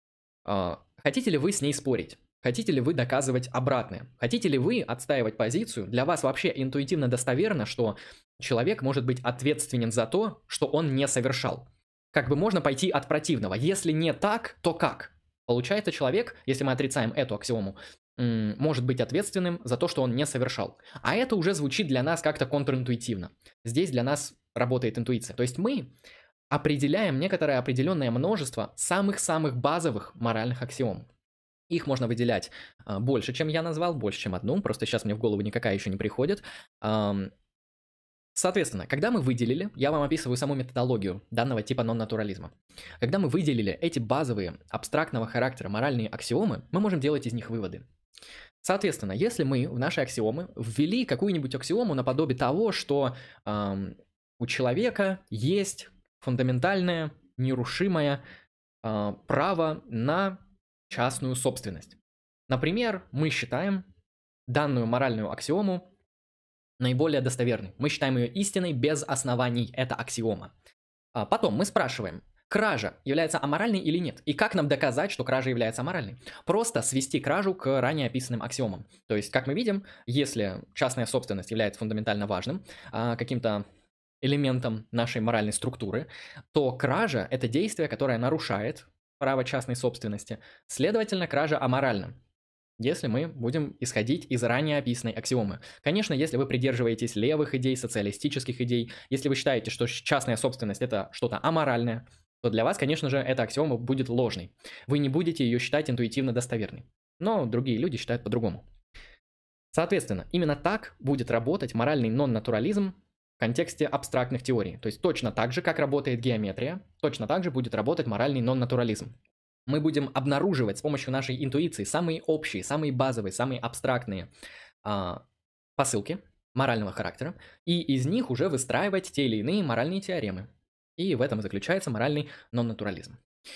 Хотите ли вы с ней спорить? Хотите ли вы доказывать обратное? Хотите ли вы отстаивать позицию? Для вас вообще интуитивно достоверно, что человек может быть ответственен за то, что он не совершал. Как бы можно пойти от противного. Если не так, то как? Получается, человек, если мы отрицаем эту аксиому, может быть ответственным за то, что он не совершал. А это уже звучит для нас как-то контринтуитивно. Здесь для нас работает интуиция. То есть мы определяем некоторое определенное множество самых-самых базовых моральных аксиом. Их можно выделять а, больше, чем я назвал, больше, чем одну, просто сейчас мне в голову никакая еще не приходит. Ам, Соответственно, когда мы выделили, я вам описываю саму методологию данного типа нон-натурализма. Когда мы выделили эти базовые абстрактного характера моральные аксиомы, мы можем делать из них выводы. Соответственно, если мы в наши аксиомы ввели какую-нибудь аксиому наподобие того, что ам, у человека есть фундаментальное, нерушимое а, право на частную собственность. Например, мы считаем данную моральную аксиому наиболее достоверной. Мы считаем ее истиной без оснований. Это аксиома. А потом мы спрашиваем, кража является аморальной или нет? И как нам доказать, что кража является аморальной? Просто свести кражу к ранее описанным аксиомам. То есть, как мы видим, если частная собственность является фундаментально важным, каким-то элементом нашей моральной структуры, то кража – это действие, которое нарушает право частной собственности. Следовательно, кража аморальна, если мы будем исходить из ранее описанной аксиомы. Конечно, если вы придерживаетесь левых идей, социалистических идей, если вы считаете, что частная собственность – это что-то аморальное, то для вас, конечно же, эта аксиома будет ложной. Вы не будете ее считать интуитивно достоверной. Но другие люди считают по-другому. Соответственно, именно так будет работать моральный нон-натурализм в контексте абстрактных теорий. То есть точно так же, как работает геометрия, точно так же будет работать моральный нон-натурализм. Мы будем обнаруживать с помощью нашей интуиции самые общие, самые базовые, самые абстрактные а, посылки морального характера, и из них уже выстраивать те или иные моральные теоремы. И в этом и заключается моральный нон-натурализм.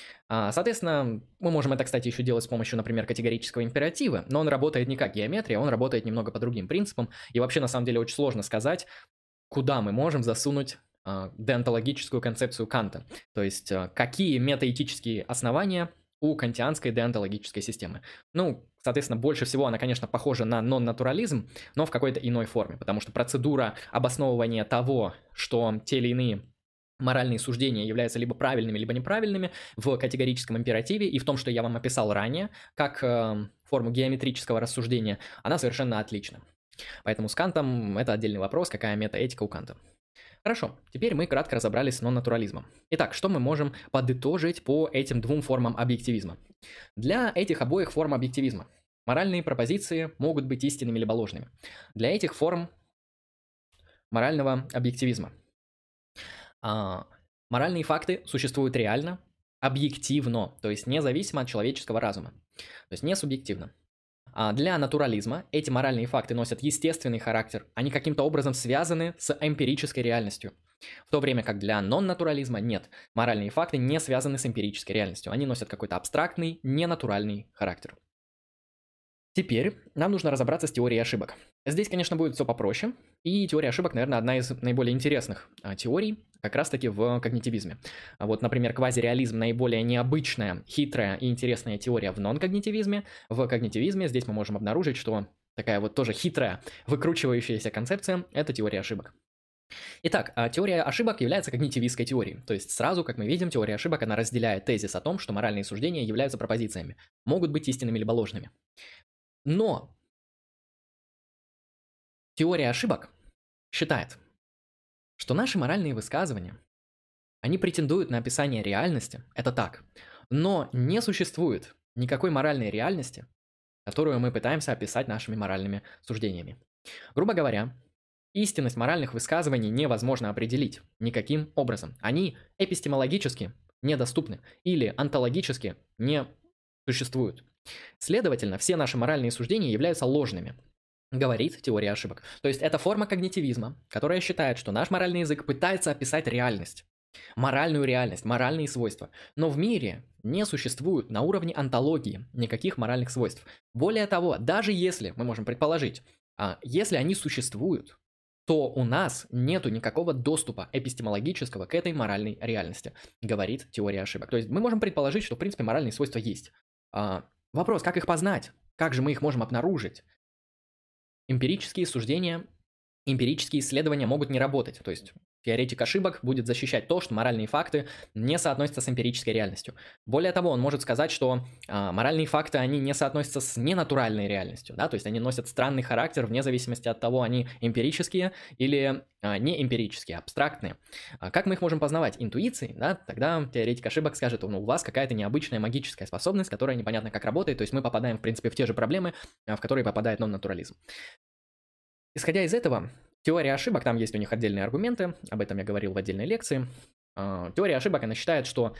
А, соответственно, мы можем это, кстати, еще делать с помощью, например, категорического императива, но он работает не как геометрия, он работает немного по другим принципам, и вообще, на самом деле, очень сложно сказать, куда мы можем засунуть э, деонтологическую концепцию Канта. То есть, э, какие метаэтические основания у кантианской деонтологической системы. Ну, соответственно, больше всего она, конечно, похожа на нон-натурализм, но в какой-то иной форме, потому что процедура обосновывания того, что те или иные моральные суждения являются либо правильными, либо неправильными в категорическом императиве и в том, что я вам описал ранее, как э, форму геометрического рассуждения, она совершенно отлична. Поэтому с Кантом это отдельный вопрос, какая метаэтика у Канта. Хорошо, теперь мы кратко разобрались с нон-натурализмом. Итак, что мы можем подытожить по этим двум формам объективизма? Для этих обоих форм объективизма моральные пропозиции могут быть истинными либо ложными. Для этих форм морального объективизма а, моральные факты существуют реально, объективно, то есть независимо от человеческого разума, то есть не субъективно. Для натурализма эти моральные факты носят естественный характер, они каким-то образом связаны с эмпирической реальностью. В то время как для нон-натурализма нет, моральные факты не связаны с эмпирической реальностью, они носят какой-то абстрактный, ненатуральный характер. Теперь нам нужно разобраться с теорией ошибок. Здесь, конечно, будет все попроще, и теория ошибок, наверное, одна из наиболее интересных а, теорий, как раз-таки в когнитивизме. А вот, например, квазиреализм — наиболее необычная, хитрая и интересная теория в нон-когнитивизме. В когнитивизме здесь мы можем обнаружить, что такая вот тоже хитрая, выкручивающаяся концепция — это теория ошибок. Итак, а, теория ошибок является когнитивистской теорией. То есть сразу, как мы видим, теория ошибок, она разделяет тезис о том, что моральные суждения являются пропозициями, могут быть истинными либо ложными. Но теория ошибок считает, что наши моральные высказывания, они претендуют на описание реальности, это так, но не существует никакой моральной реальности, которую мы пытаемся описать нашими моральными суждениями. Грубо говоря, истинность моральных высказываний невозможно определить никаким образом. Они эпистемологически недоступны или онтологически не существуют. Следовательно, все наши моральные суждения являются ложными, говорит теория ошибок. То есть это форма когнитивизма, которая считает, что наш моральный язык пытается описать реальность, моральную реальность, моральные свойства. Но в мире не существует на уровне онтологии никаких моральных свойств. Более того, даже если, мы можем предположить, а, если они существуют, то у нас нету никакого доступа эпистемологического к этой моральной реальности, говорит теория ошибок. То есть мы можем предположить, что в принципе моральные свойства есть. А, вопрос, как их познать? Как же мы их можем обнаружить? Эмпирические суждения, эмпирические исследования могут не работать. То есть теоретик ошибок будет защищать то, что моральные факты не соотносятся с эмпирической реальностью. Более того, он может сказать, что а, моральные факты, они не соотносятся с ненатуральной реальностью, да, то есть они носят странный характер вне зависимости от того, они эмпирические или а, не эмпирические, абстрактные. А как мы их можем познавать? Интуицией, да, тогда теоретик ошибок скажет, ну, у вас какая-то необычная магическая способность, которая непонятно как работает, то есть мы попадаем, в принципе, в те же проблемы, в которые попадает нон-натурализм. Исходя из этого, теория ошибок, там есть у них отдельные аргументы, об этом я говорил в отдельной лекции. Теория ошибок, она считает, что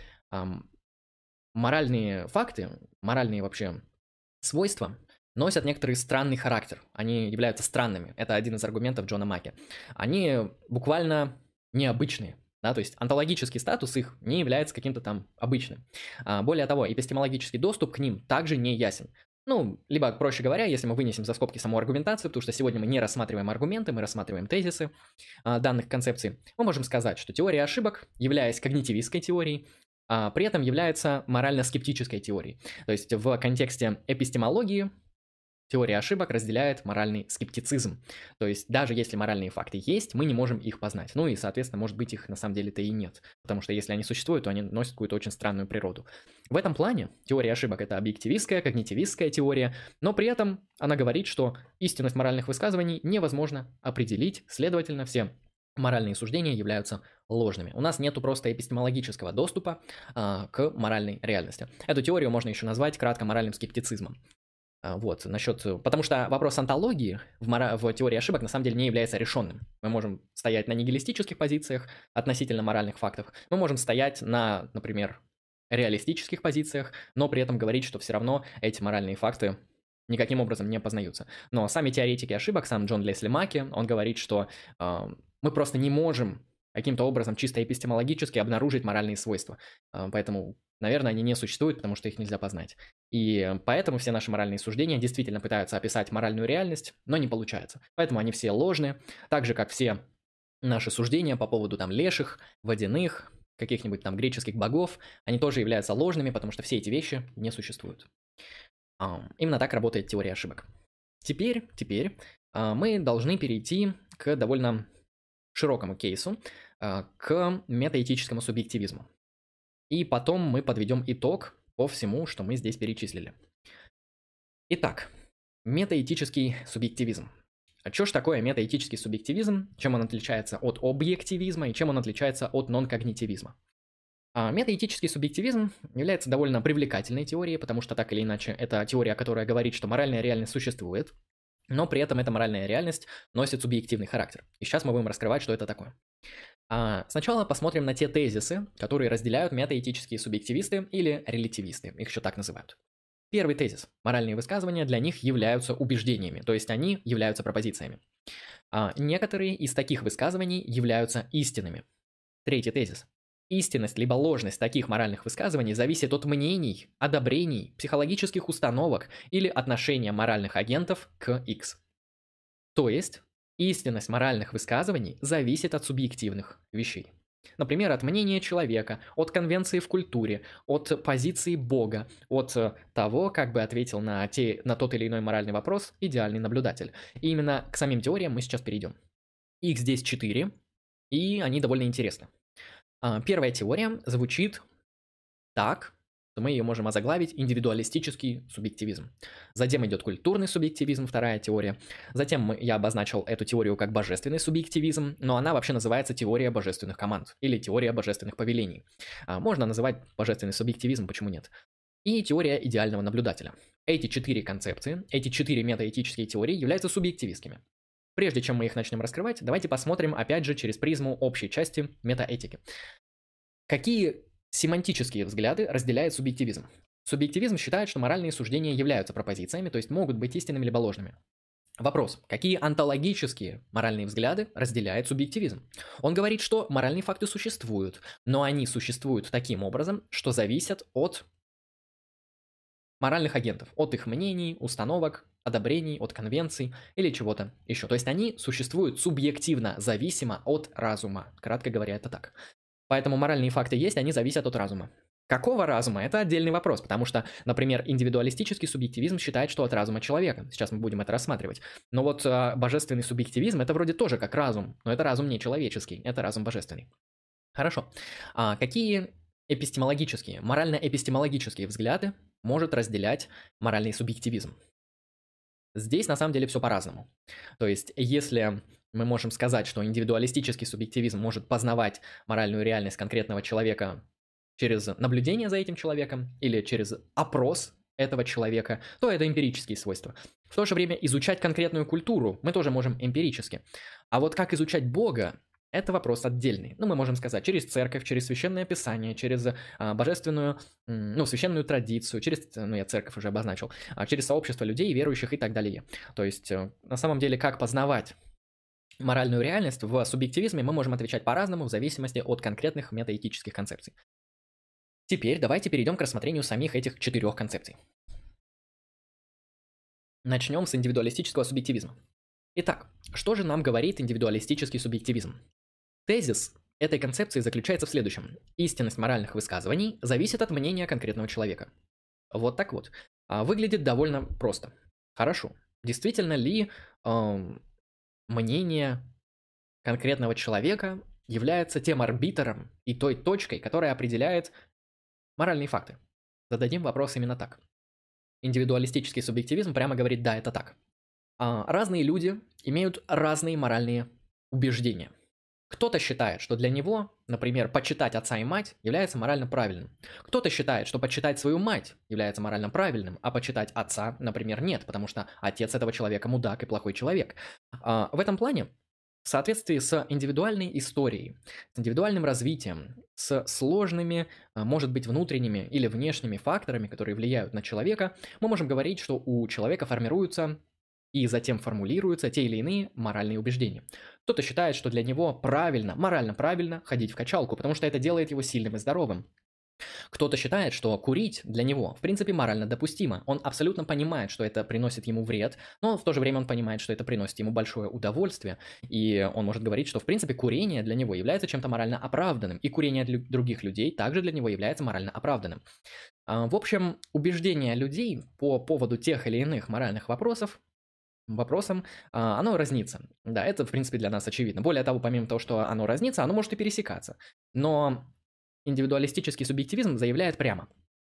моральные факты, моральные вообще свойства носят некоторый странный характер. Они являются странными. Это один из аргументов Джона Маки. Они буквально необычные. Да, то есть онтологический статус их не является каким-то там обычным. Более того, эпистемологический доступ к ним также не ясен. Ну, либо, проще говоря, если мы вынесем за скобки саму аргументацию, потому что сегодня мы не рассматриваем аргументы, мы рассматриваем тезисы а, данных концепций, мы можем сказать, что теория ошибок, являясь когнитивистской теорией, а, при этом является морально-скептической теорией. То есть в контексте эпистемологии теория ошибок разделяет моральный скептицизм. То есть даже если моральные факты есть, мы не можем их познать. Ну и, соответственно, может быть, их на самом деле-то и нет. Потому что если они существуют, то они носят какую-то очень странную природу. В этом плане теория ошибок – это объективистская, когнитивистская теория, но при этом она говорит, что истинность моральных высказываний невозможно определить, следовательно, все моральные суждения являются ложными. У нас нету просто эпистемологического доступа а, к моральной реальности. Эту теорию можно еще назвать кратко моральным скептицизмом. Вот, насчет... Потому что вопрос онтологии в, мора... в теории ошибок на самом деле не является решенным. Мы можем стоять на нигилистических позициях относительно моральных фактов. Мы можем стоять на, например, реалистических позициях, но при этом говорить, что все равно эти моральные факты никаким образом не познаются. Но сами теоретики ошибок, сам Джон Лесли Маки, он говорит, что э, мы просто не можем каким-то образом чисто эпистемологически обнаружить моральные свойства. Э, поэтому, наверное, они не существуют, потому что их нельзя познать. И поэтому все наши моральные суждения действительно пытаются описать моральную реальность, но не получается. Поэтому они все ложные, так же, как все наши суждения по поводу там леших, водяных, каких-нибудь там греческих богов, они тоже являются ложными, потому что все эти вещи не существуют. Именно так работает теория ошибок. Теперь, теперь мы должны перейти к довольно широкому кейсу, к метаэтическому субъективизму. И потом мы подведем итог по всему, что мы здесь перечислили. Итак, метаэтический субъективизм. А что ж такое метаэтический субъективизм, чем он отличается от объективизма и чем он отличается от нон-когнитивизма? А метаэтический субъективизм является довольно привлекательной теорией, потому что так или иначе это теория, которая говорит, что моральная реальность существует, но при этом эта моральная реальность носит субъективный характер. И сейчас мы будем раскрывать, что это такое. А сначала посмотрим на те тезисы, которые разделяют метаэтические субъективисты или релятивисты, их еще так называют. Первый тезис. Моральные высказывания для них являются убеждениями, то есть они являются пропозициями. А некоторые из таких высказываний являются истинными. Третий тезис. Истинность либо ложность таких моральных высказываний зависит от мнений, одобрений, психологических установок или отношения моральных агентов к X. То есть, истинность моральных высказываний зависит от субъективных вещей. Например, от мнения человека, от конвенции в культуре, от позиции Бога, от э, того, как бы ответил на, те, на тот или иной моральный вопрос идеальный наблюдатель. И именно к самим теориям мы сейчас перейдем. Их здесь четыре, и они довольно интересны. А, Первая теория звучит так, что мы ее можем озаглавить индивидуалистический субъективизм. Затем идет культурный субъективизм, вторая теория. Затем мы- я обозначил эту теорию как божественный субъективизм, но она вообще называется теория божественных команд или теория божественных повелений. А, Можно называть божественный субъективизм, почему нет? И теория идеального наблюдателя. Эти четыре концепции, эти четыре метаэтические теории являются субъективистскими. Прежде чем мы их начнем раскрывать, давайте посмотрим опять же через призму общей части метаэтики. Какие семантические взгляды разделяет субъективизм? Субъективизм считает, что моральные суждения являются пропозициями, то есть могут быть истинными либо ложными. Вопрос: какие онтологические моральные взгляды разделяет субъективизм? Он говорит, что моральные факты существуют, но они существуют таким образом, что зависят от моральных агентов, от их мнений, установок, одобрений, от конвенций или чего-то еще. То есть они существуют субъективно, зависимо от разума. Кратко говоря, это так. Поэтому моральные факты есть, они зависят от разума. Какого разума? Это отдельный вопрос, потому что, например, индивидуалистический субъективизм считает, что от разума человека. Сейчас мы будем это рассматривать. Но вот э, божественный субъективизм это вроде тоже как разум, но это разум не человеческий, это разум божественный. Хорошо. А какие эпистемологические, морально-эпистемологические взгляды может разделять моральный субъективизм? Здесь на самом деле все по-разному. То есть, если мы можем сказать, что индивидуалистический субъективизм может познавать моральную реальность конкретного человека через наблюдение за этим человеком или через опрос этого человека, то это эмпирические свойства. В то же время изучать конкретную культуру мы тоже можем эмпирически. А вот как изучать Бога, это вопрос отдельный. Ну, мы можем сказать, через церковь, через священное писание, через а, божественную, м, ну, священную традицию, через, ну, я церковь уже обозначил, а, через сообщество людей, верующих и так далее. То есть, э, на самом деле, как познавать моральную реальность в субъективизме, мы можем отвечать по-разному в зависимости от конкретных метаэтических концепций. Теперь давайте перейдем к рассмотрению самих этих четырех концепций. Начнем с индивидуалистического субъективизма. Итак, что же нам говорит индивидуалистический субъективизм? Тезис этой концепции заключается в следующем. Истинность моральных высказываний зависит от мнения конкретного человека. Вот так вот. А, выглядит довольно просто. Хорошо. Действительно ли эм, мнение конкретного человека является тем арбитром и той точкой, которая определяет моральные факты? Зададим вопрос именно так. Индивидуалистический субъективизм прямо говорит: да, это так. А, разные люди имеют разные моральные убеждения. Кто-то считает, что для него, например, почитать отца и мать является морально правильным. Кто-то считает, что почитать свою мать является морально правильным, а почитать отца, например, нет, потому что отец этого человека мудак и плохой человек. А, в этом плане, в соответствии с индивидуальной историей, с индивидуальным развитием, с сложными, а, может быть, внутренними или внешними факторами, которые влияют на человека, мы можем говорить, что у человека формируются и затем формулируются те или иные моральные убеждения. Кто-то считает, что для него правильно, морально правильно ходить в качалку, потому что это делает его сильным и здоровым. Кто-то считает, что курить для него, в принципе, морально допустимо. Он абсолютно понимает, что это приносит ему вред, но в то же время он понимает, что это приносит ему большое удовольствие. И он может говорить, что, в принципе, курение для него является чем-то морально оправданным, и курение для других людей также для него является морально оправданным. А, В общем, убеждения людей по поводу тех или иных моральных вопросов вопросам, а, оно разнится. Да, это, в принципе, для нас очевидно. Более того, помимо того, что оно разнится, оно может и пересекаться. Но индивидуалистический субъективизм заявляет прямо: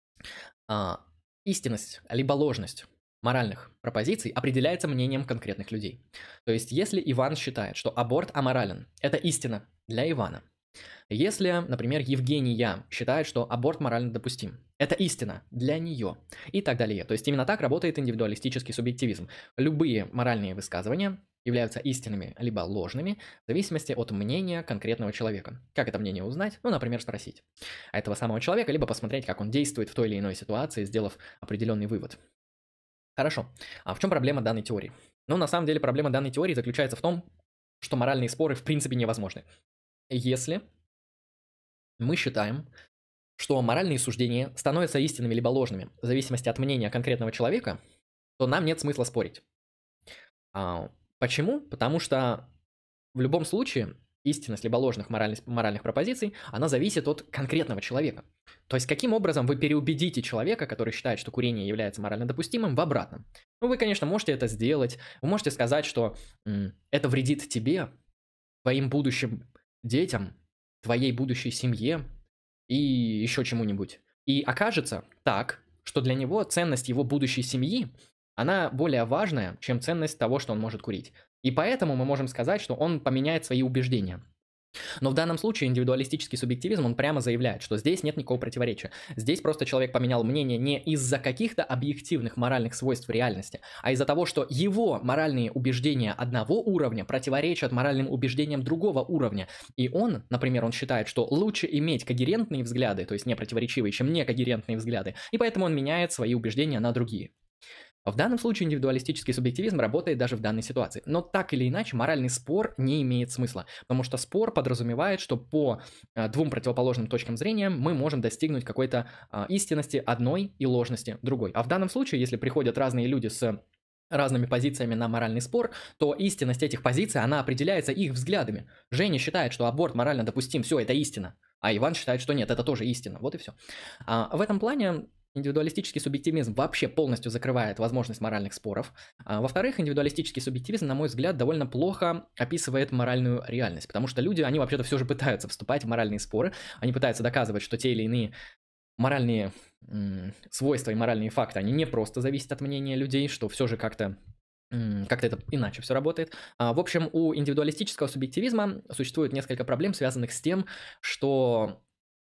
а, истинность либо ложность моральных пропозиций определяется мнением конкретных людей. То есть, если Иван считает, что аборт аморален, это истина для Ивана. Если, например, Евгения считает, что аборт морально допустим, это истина для нее и так далее. То есть именно так работает индивидуалистический субъективизм. Любые моральные высказывания являются истинными либо ложными в зависимости от мнения конкретного человека. Как это мнение узнать? Ну, например, спросить этого самого человека, либо посмотреть, как он действует в той или иной ситуации, сделав определенный вывод. Хорошо. А в чем проблема данной теории? Ну, на самом деле, проблема данной теории заключается в том, что моральные споры в принципе невозможны. Если мы считаем, что моральные суждения становятся истинными либо ложными в зависимости от мнения конкретного человека, то нам нет смысла спорить. А, почему? Потому что в любом случае истинность либо ложных моральных, моральных пропозиций, она зависит от конкретного человека. То есть каким образом вы переубедите человека, который считает, что курение является морально допустимым, в обратном. Ну, вы, конечно, можете это сделать. Вы можете сказать, что м, это вредит тебе, твоим будущим детям, твоей будущей семье и еще чему-нибудь. И окажется так, что для него ценность его будущей семьи, она более важная, чем ценность того, что он может курить. И поэтому мы можем сказать, что он поменяет свои убеждения. Но в данном случае индивидуалистический субъективизм, он прямо заявляет, что здесь нет никакого противоречия. Здесь просто человек поменял мнение не из-за каких-то объективных моральных свойств реальности, а из-за того, что его моральные убеждения одного уровня противоречат моральным убеждениям другого уровня. И он, например, он считает, что лучше иметь когерентные взгляды, то есть не противоречивые, чем некогерентные взгляды, и поэтому он меняет свои убеждения на другие. В данном случае индивидуалистический субъективизм работает даже в данной ситуации. Но так или иначе, моральный спор не имеет смысла, потому что спор подразумевает, что по э, двум противоположным точкам зрения мы можем достигнуть какой-то э, истинности одной и ложности другой. А в данном случае, если приходят разные люди с разными позициями на моральный спор, то истинность этих позиций, она определяется их взглядами. Женя считает, что аборт морально допустим, все, это истина. А Иван считает, что нет, это тоже истина. Вот и все. А в этом плане индивидуалистический субъективизм вообще полностью закрывает возможность моральных споров. А, во-вторых, индивидуалистический субъективизм, на мой взгляд, довольно плохо описывает моральную реальность, потому что люди, они вообще-то все же пытаются вступать в моральные споры, они пытаются доказывать, что те или иные моральные м, свойства и моральные факты, они не просто зависят от мнения людей, что все же как-то м, как-то это иначе все работает. А, в общем, у индивидуалистического субъективизма существует несколько проблем, связанных с тем, что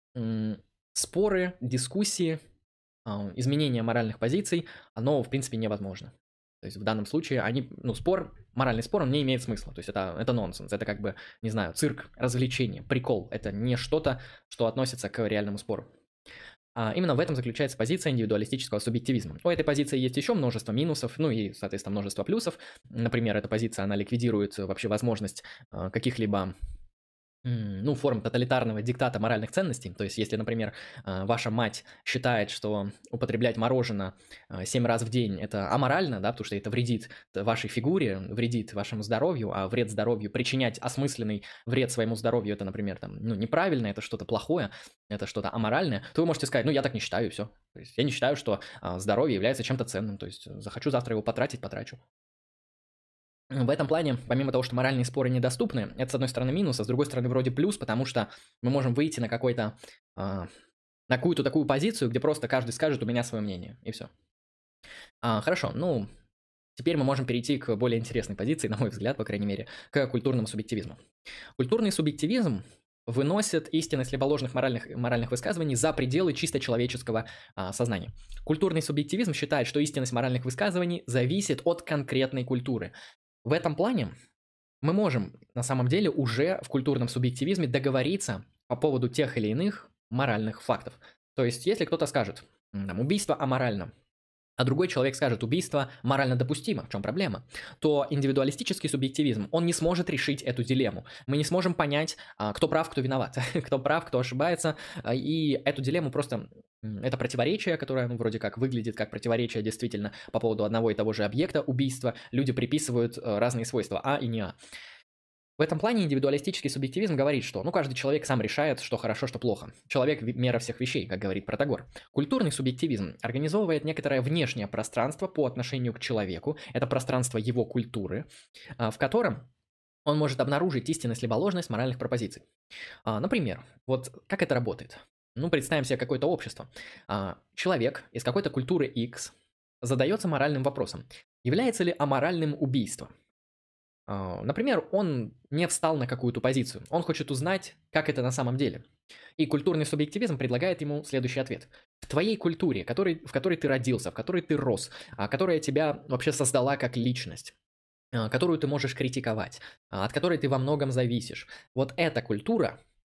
м, споры, дискуссии, изменение моральных позиций, оно, в принципе, невозможно. То есть в данном случае они, ну, спор, моральный спор, он не имеет смысла. То есть это, это нонсенс, это как бы, не знаю, цирк, развлечение, прикол. Это не что-то, что относится к реальному спору. А именно в этом заключается позиция индивидуалистического субъективизма. У этой позиции есть еще множество минусов, ну и, соответственно, множество плюсов. Например, эта позиция, она ликвидирует вообще возможность каких-либо ну, форм тоталитарного диктата моральных ценностей. То есть, если, например, ваша мать считает, что употреблять мороженое семь раз в день это аморально, да, потому что это вредит вашей фигуре, вредит вашему здоровью, а вред здоровью, причинять осмысленный вред своему здоровью, это, например, там, ну, неправильно, это что-то плохое, это что-то аморальное, то вы можете сказать, ну, я так не считаю, и все. То есть, я не считаю, что здоровье является чем-то ценным, то есть, захочу завтра его потратить, потрачу. В этом плане, помимо того, что моральные споры недоступны, это, с одной стороны, минус, а с другой стороны, вроде плюс, потому что мы можем выйти на какой-то, э, на какую-то такую позицию, где просто каждый скажет, у меня свое мнение, и все. А, хорошо, ну, теперь мы можем перейти к более интересной позиции, на мой взгляд, по крайней мере, к культурному субъективизму. Культурный субъективизм выносит истинность либо ложных моральных, моральных высказываний за пределы чисто человеческого а, сознания. Культурный субъективизм считает, что истинность моральных высказываний зависит от конкретной культуры. В этом плане мы можем, на самом деле, уже в культурном субъективизме договориться по поводу тех или иных моральных фактов. То есть, если кто-то скажет, там, убийство аморально, а другой человек скажет, убийство морально допустимо, в чем проблема, то индивидуалистический субъективизм, он не сможет решить эту дилемму. Мы не сможем понять, кто прав, кто виноват, кто прав, кто ошибается, и эту дилемму просто... Это противоречие, которое, ну, вроде как выглядит как противоречие действительно по поводу одного и того же объекта убийства. Люди приписывают разные свойства А и не А. В этом плане индивидуалистический субъективизм говорит, что ну, каждый человек сам решает, что хорошо, что плохо. Человек – мера всех вещей, как говорит Протагор. Культурный субъективизм организовывает некоторое внешнее пространство по отношению к человеку. Это пространство его культуры, в котором он может обнаружить истинность либо ложность моральных пропозиций. Например, вот как это работает? Ну, представим себе какое-то общество. Человек из какой-то культуры X задается моральным вопросом. Является ли аморальным убийство? Например, он не встал на какую-то позицию. Он хочет узнать, как это на самом деле. И культурный субъективизм предлагает ему следующий ответ. В твоей культуре, который, в которой ты родился, в которой ты рос, которая тебя вообще создала как личность, которую ты можешь критиковать, от которой ты во многом зависишь. Вот эта культура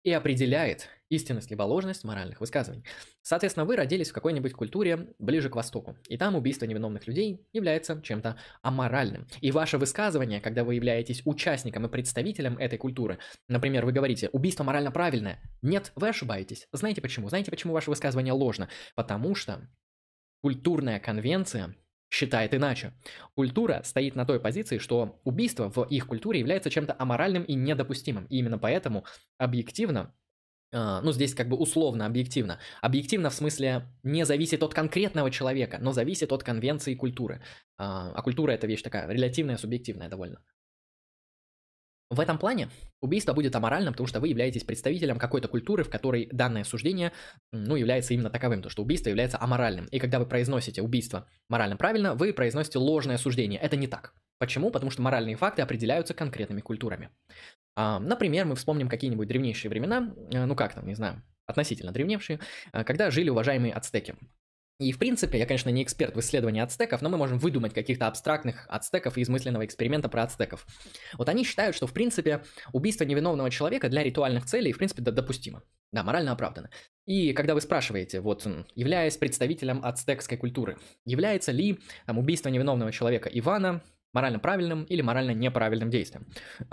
и определяет истинность либо ложность моральных высказываний. Соответственно, вы родились в какой-нибудь культуре ближе к Востоку, и там убийство невиновных людей является чем-то аморальным. И ваше высказывание, когда вы являетесь участником и представителем этой культуры, например, вы говорите «убийство морально правильное», нет, вы ошибаетесь. Знаете почему? Знаете, почему ваше высказывание ложно? Потому что культурная конвенция считает иначе. Культура стоит на той позиции, что убийство в их культуре является чем-то аморальным и недопустимым. И именно поэтому объективно, э, ну здесь как бы условно объективно, объективно в смысле не зависит от конкретного человека, но зависит от конвенции культуры. А, а культура это вещь такая релятивная, субъективная довольно. В этом плане убийство будет аморальным, потому что вы являетесь представителем какой-то культуры, в которой данное суждение, ну, является именно таковым, то что убийство является аморальным. И когда вы произносите убийство морально правильно, вы произносите ложное суждение. Это не так. Почему? Потому что моральные факты определяются конкретными культурами. А, например, мы вспомним какие-нибудь древнейшие времена, э, ну как там, не знаю, относительно древнейшие, э, когда жили уважаемые ацтеки. И, в принципе, я, конечно, не эксперт в исследовании ацтеков, но мы можем выдумать каких-то абстрактных ацтеков и измысленного эксперимента про ацтеков. Вот они считают, что, в принципе, убийство невиновного человека для ритуальных целей, в принципе, допустимо. Да, морально оправдано. И когда вы спрашиваете, вот, являясь представителем ацтекской культуры, является ли там, убийство невиновного человека Ивана морально правильным или морально неправильным действием?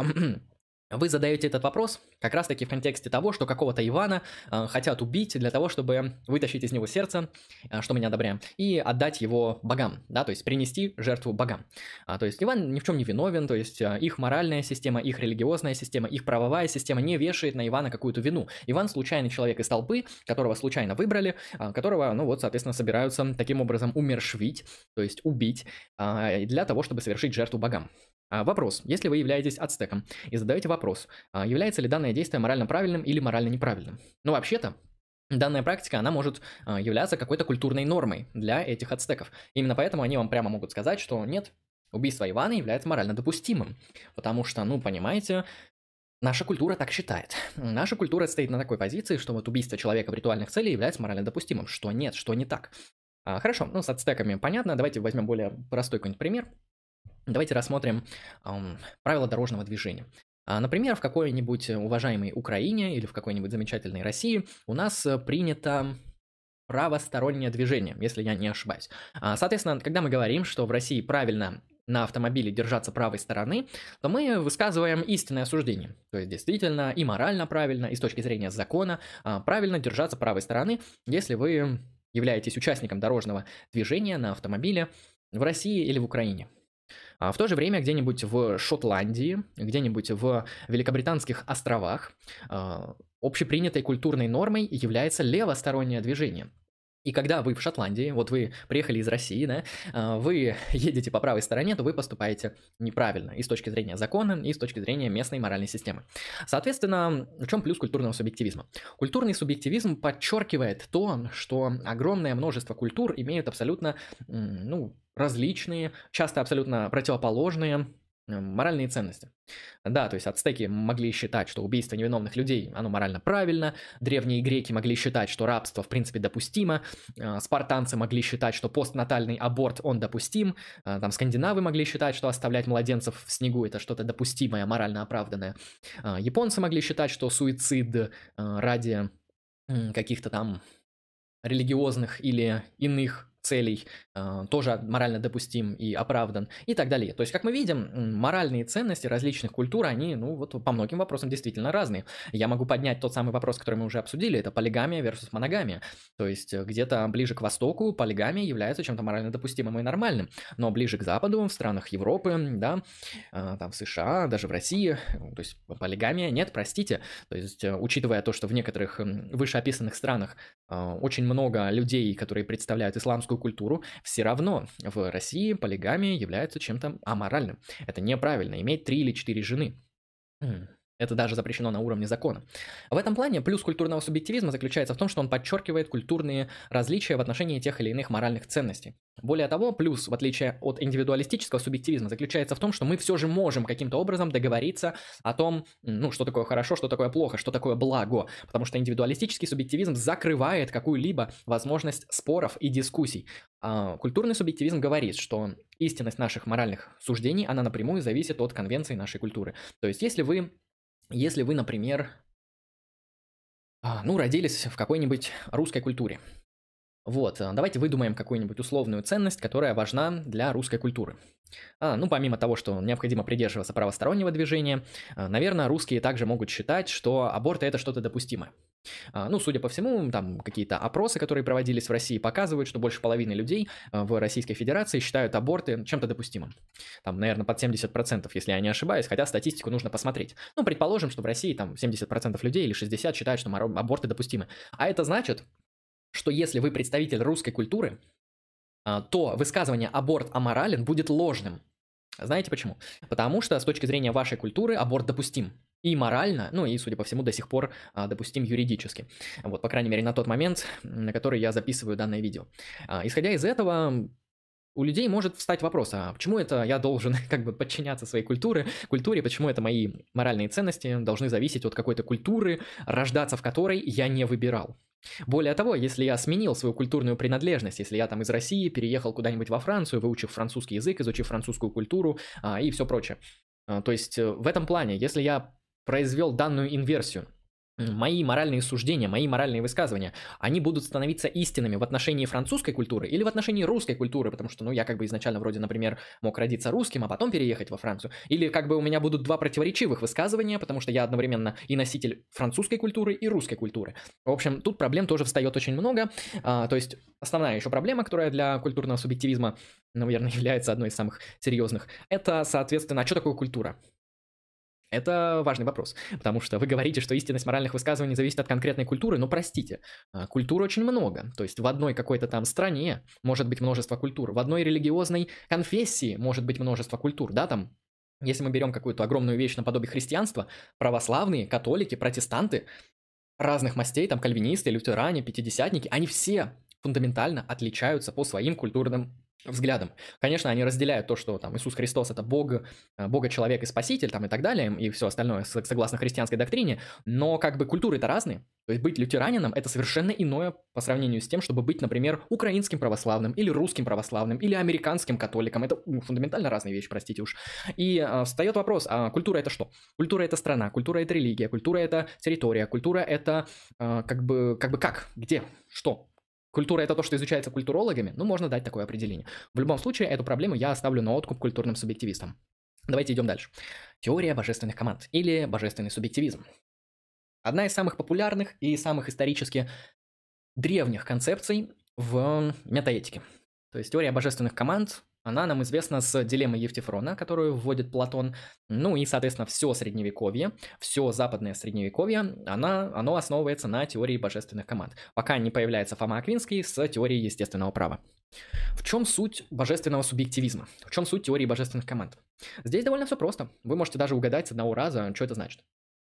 Вы задаете этот вопрос как раз-таки в контексте того, что какого-то Ивана э, хотят убить для того, чтобы вытащить из него сердце, э, что мы не одобряем, и отдать его богам, да, то есть принести жертву богам. А, то есть Иван ни в чем не виновен, то есть э, их моральная система, их религиозная система, их правовая система не вешает на Ивана какую-то вину. Иван случайный человек из толпы, которого случайно выбрали, э, которого, ну вот, соответственно, собираются таким образом умершвить, то есть убить, э, для того, чтобы совершить жертву богам. Вопрос. Если вы являетесь ацтеком и задаете вопрос, является ли данное действие морально правильным или морально неправильным? Ну, вообще-то, данная практика, она может являться какой-то культурной нормой для этих ацтеков. Именно поэтому они вам прямо могут сказать, что нет, убийство Ивана является морально допустимым. Потому что, ну, понимаете, наша культура так считает. Наша культура стоит на такой позиции, что вот убийство человека в ритуальных целях является морально допустимым. Что нет, что не так. Хорошо, ну, с ацтеками понятно. Давайте возьмем более простой какой-нибудь пример. Давайте рассмотрим эм, правила дорожного движения. А, например, в какой-нибудь уважаемой Украине или в какой-нибудь замечательной России у нас принято правостороннее движение, если я не ошибаюсь. А, соответственно, когда мы говорим, что в России правильно на автомобиле держаться правой стороны, то мы высказываем истинное суждение. То есть действительно и морально правильно, и с точки зрения закона а, правильно держаться правой стороны, если вы являетесь участником дорожного движения на автомобиле в России или в Украине. А в то же время где-нибудь в Шотландии, где-нибудь в Великобританских островах общепринятой культурной нормой является левостороннее движение. И когда вы в Шотландии, вот вы приехали из России, да, вы едете по правой стороне, то вы поступаете неправильно и с точки зрения закона, и с точки зрения местной моральной системы. Соответственно, в чем плюс культурного субъективизма? Культурный субъективизм подчеркивает то, что огромное множество культур имеют абсолютно, ну, различные, часто абсолютно противоположные моральные ценности. Да, то есть ацтеки могли считать, что убийство невиновных людей, оно морально правильно, древние греки могли считать, что рабство в принципе допустимо, спартанцы могли считать, что постнатальный аборт, он допустим, там скандинавы могли считать, что оставлять младенцев в снегу это что-то допустимое, морально оправданное, японцы могли считать, что суицид ради каких-то там религиозных или иных целей э, тоже морально допустим и оправдан и так далее. То есть, как мы видим, моральные ценности различных культур, они, ну, вот по многим вопросам действительно разные. Я могу поднять тот самый вопрос, который мы уже обсудили, это полигамия versus моногамия. То есть, где-то ближе к Востоку полигамия является чем-то морально допустимым и нормальным, но ближе к Западу, в странах Европы, да, э, там в США, даже в России, то есть, полигамия нет, простите. То есть, учитывая то, что в некоторых вышеописанных странах э, очень много людей, которые представляют исламскую культуру, все равно в России полигамия является чем-то аморальным. Это неправильно, иметь три или четыре жены. Это даже запрещено на уровне закона. В этом плане плюс культурного субъективизма заключается в том, что он подчеркивает культурные различия в отношении тех или иных моральных ценностей. Более того, плюс, в отличие от индивидуалистического субъективизма, заключается в том, что мы все же можем каким-то образом договориться о том, ну, что такое хорошо, что такое плохо, что такое благо, потому что индивидуалистический субъективизм закрывает какую-либо возможность споров и дискуссий. А культурный субъективизм говорит, что истинность наших моральных суждений, она напрямую зависит от конвенции нашей культуры. То есть, если вы Если вы, например, а, ну, родились в какой-нибудь русской культуре. Вот, а, давайте выдумаем какую-нибудь условную ценность, которая важна для русской культуры. А, ну, помимо того, что необходимо придерживаться правостороннего движения, а, наверное, русские также могут считать, что аборты – это что-то допустимое. А, ну, судя по всему, там какие-то опросы, которые проводились в России, показывают, что больше половины людей а, в Российской Федерации считают аборты чем-то допустимым. Там, наверное, под семьдесят процентов, если я не ошибаюсь, хотя статистику нужно посмотреть. Ну, предположим, что в России там семьдесят процентов людей или шестьдесят процентов считают, что моро- аборты допустимы. А это значит, что если вы представитель русской культуры, а, то высказывание «аборт аморален» будет ложным. Знаете почему? Потому что с точки зрения вашей культуры аборт допустим. И морально, ну и, судя по всему, до сих пор а, допустим юридически. Вот, по крайней мере, на тот момент, на который я записываю данное видео. А, исходя из этого, у людей может встать вопрос, а почему это я должен как бы подчиняться своей культуре, культуре, почему это мои моральные ценности должны зависеть от какой-то культуры, рождаться в которой я не выбирал. Более того, если я сменил свою культурную принадлежность, если я там из России переехал куда-нибудь во Францию, выучив французский язык, изучив французскую культуру а, и все прочее. А, то есть э, в этом плане, если я произвел данную инверсию, мои моральные суждения, мои моральные высказывания, они будут становиться истинными в отношении французской культуры или в отношении русской культуры, потому что, ну, я как бы изначально вроде, например, мог родиться русским, а потом переехать во Францию. Или как бы у меня будут два противоречивых высказывания, потому что я одновременно и носитель французской культуры, и русской культуры. В общем, тут проблем тоже встает очень много. А, то есть основная еще проблема, которая для культурного субъективизма, наверное, является одной из самых серьезных, это, соответственно, а что такое культура? Это важный вопрос, потому что вы говорите, что истинность моральных высказываний зависит от конкретной культуры, но простите, а, культур очень много, то есть в одной какой-то там стране может быть множество культур, в одной религиозной конфессии может быть множество культур, да, там, если мы берем какую-то огромную вещь наподобие христианства, православные, католики, протестанты, разных мастей, там, кальвинисты, лютеране, пятидесятники, они все фундаментально отличаются по своим культурным взглядам. Конечно, они разделяют то, что там Иисус Христос это Бог, Бога, человек и Спаситель, там и так далее, и все остальное согласно христианской доктрине, но как бы культуры-то разные. То есть быть лютеранином это совершенно иное по сравнению с тем, чтобы быть, например, украинским православным, или русским православным, или американским католиком. Это ну, фундаментально разные вещи, простите уж. И а, встает вопрос, а культура это что? Культура это страна, культура это религия, культура это территория, культура это а, как бы, как бы как, где, что? Культура – это то, что изучается культурологами? Ну, можно дать такое определение. В любом случае, эту проблему я оставлю на откуп культурным субъективистам. Давайте идем дальше. Теория божественных команд или божественный субъективизм. Одна из самых популярных и самых исторически древних концепций в метаэтике. То есть теория божественных команд, она нам известна с дилеммой Евтифрона, которую вводит Платон. Ну и, соответственно, все средневековье, все западное средневековье, она, оно основывается на теории божественных команд. Пока не появляется Фома Аквинский с теорией естественного права. В чем суть божественного субъективизма? В чем суть теории божественных команд? Здесь довольно все просто. Вы можете даже угадать с одного раза, что это значит.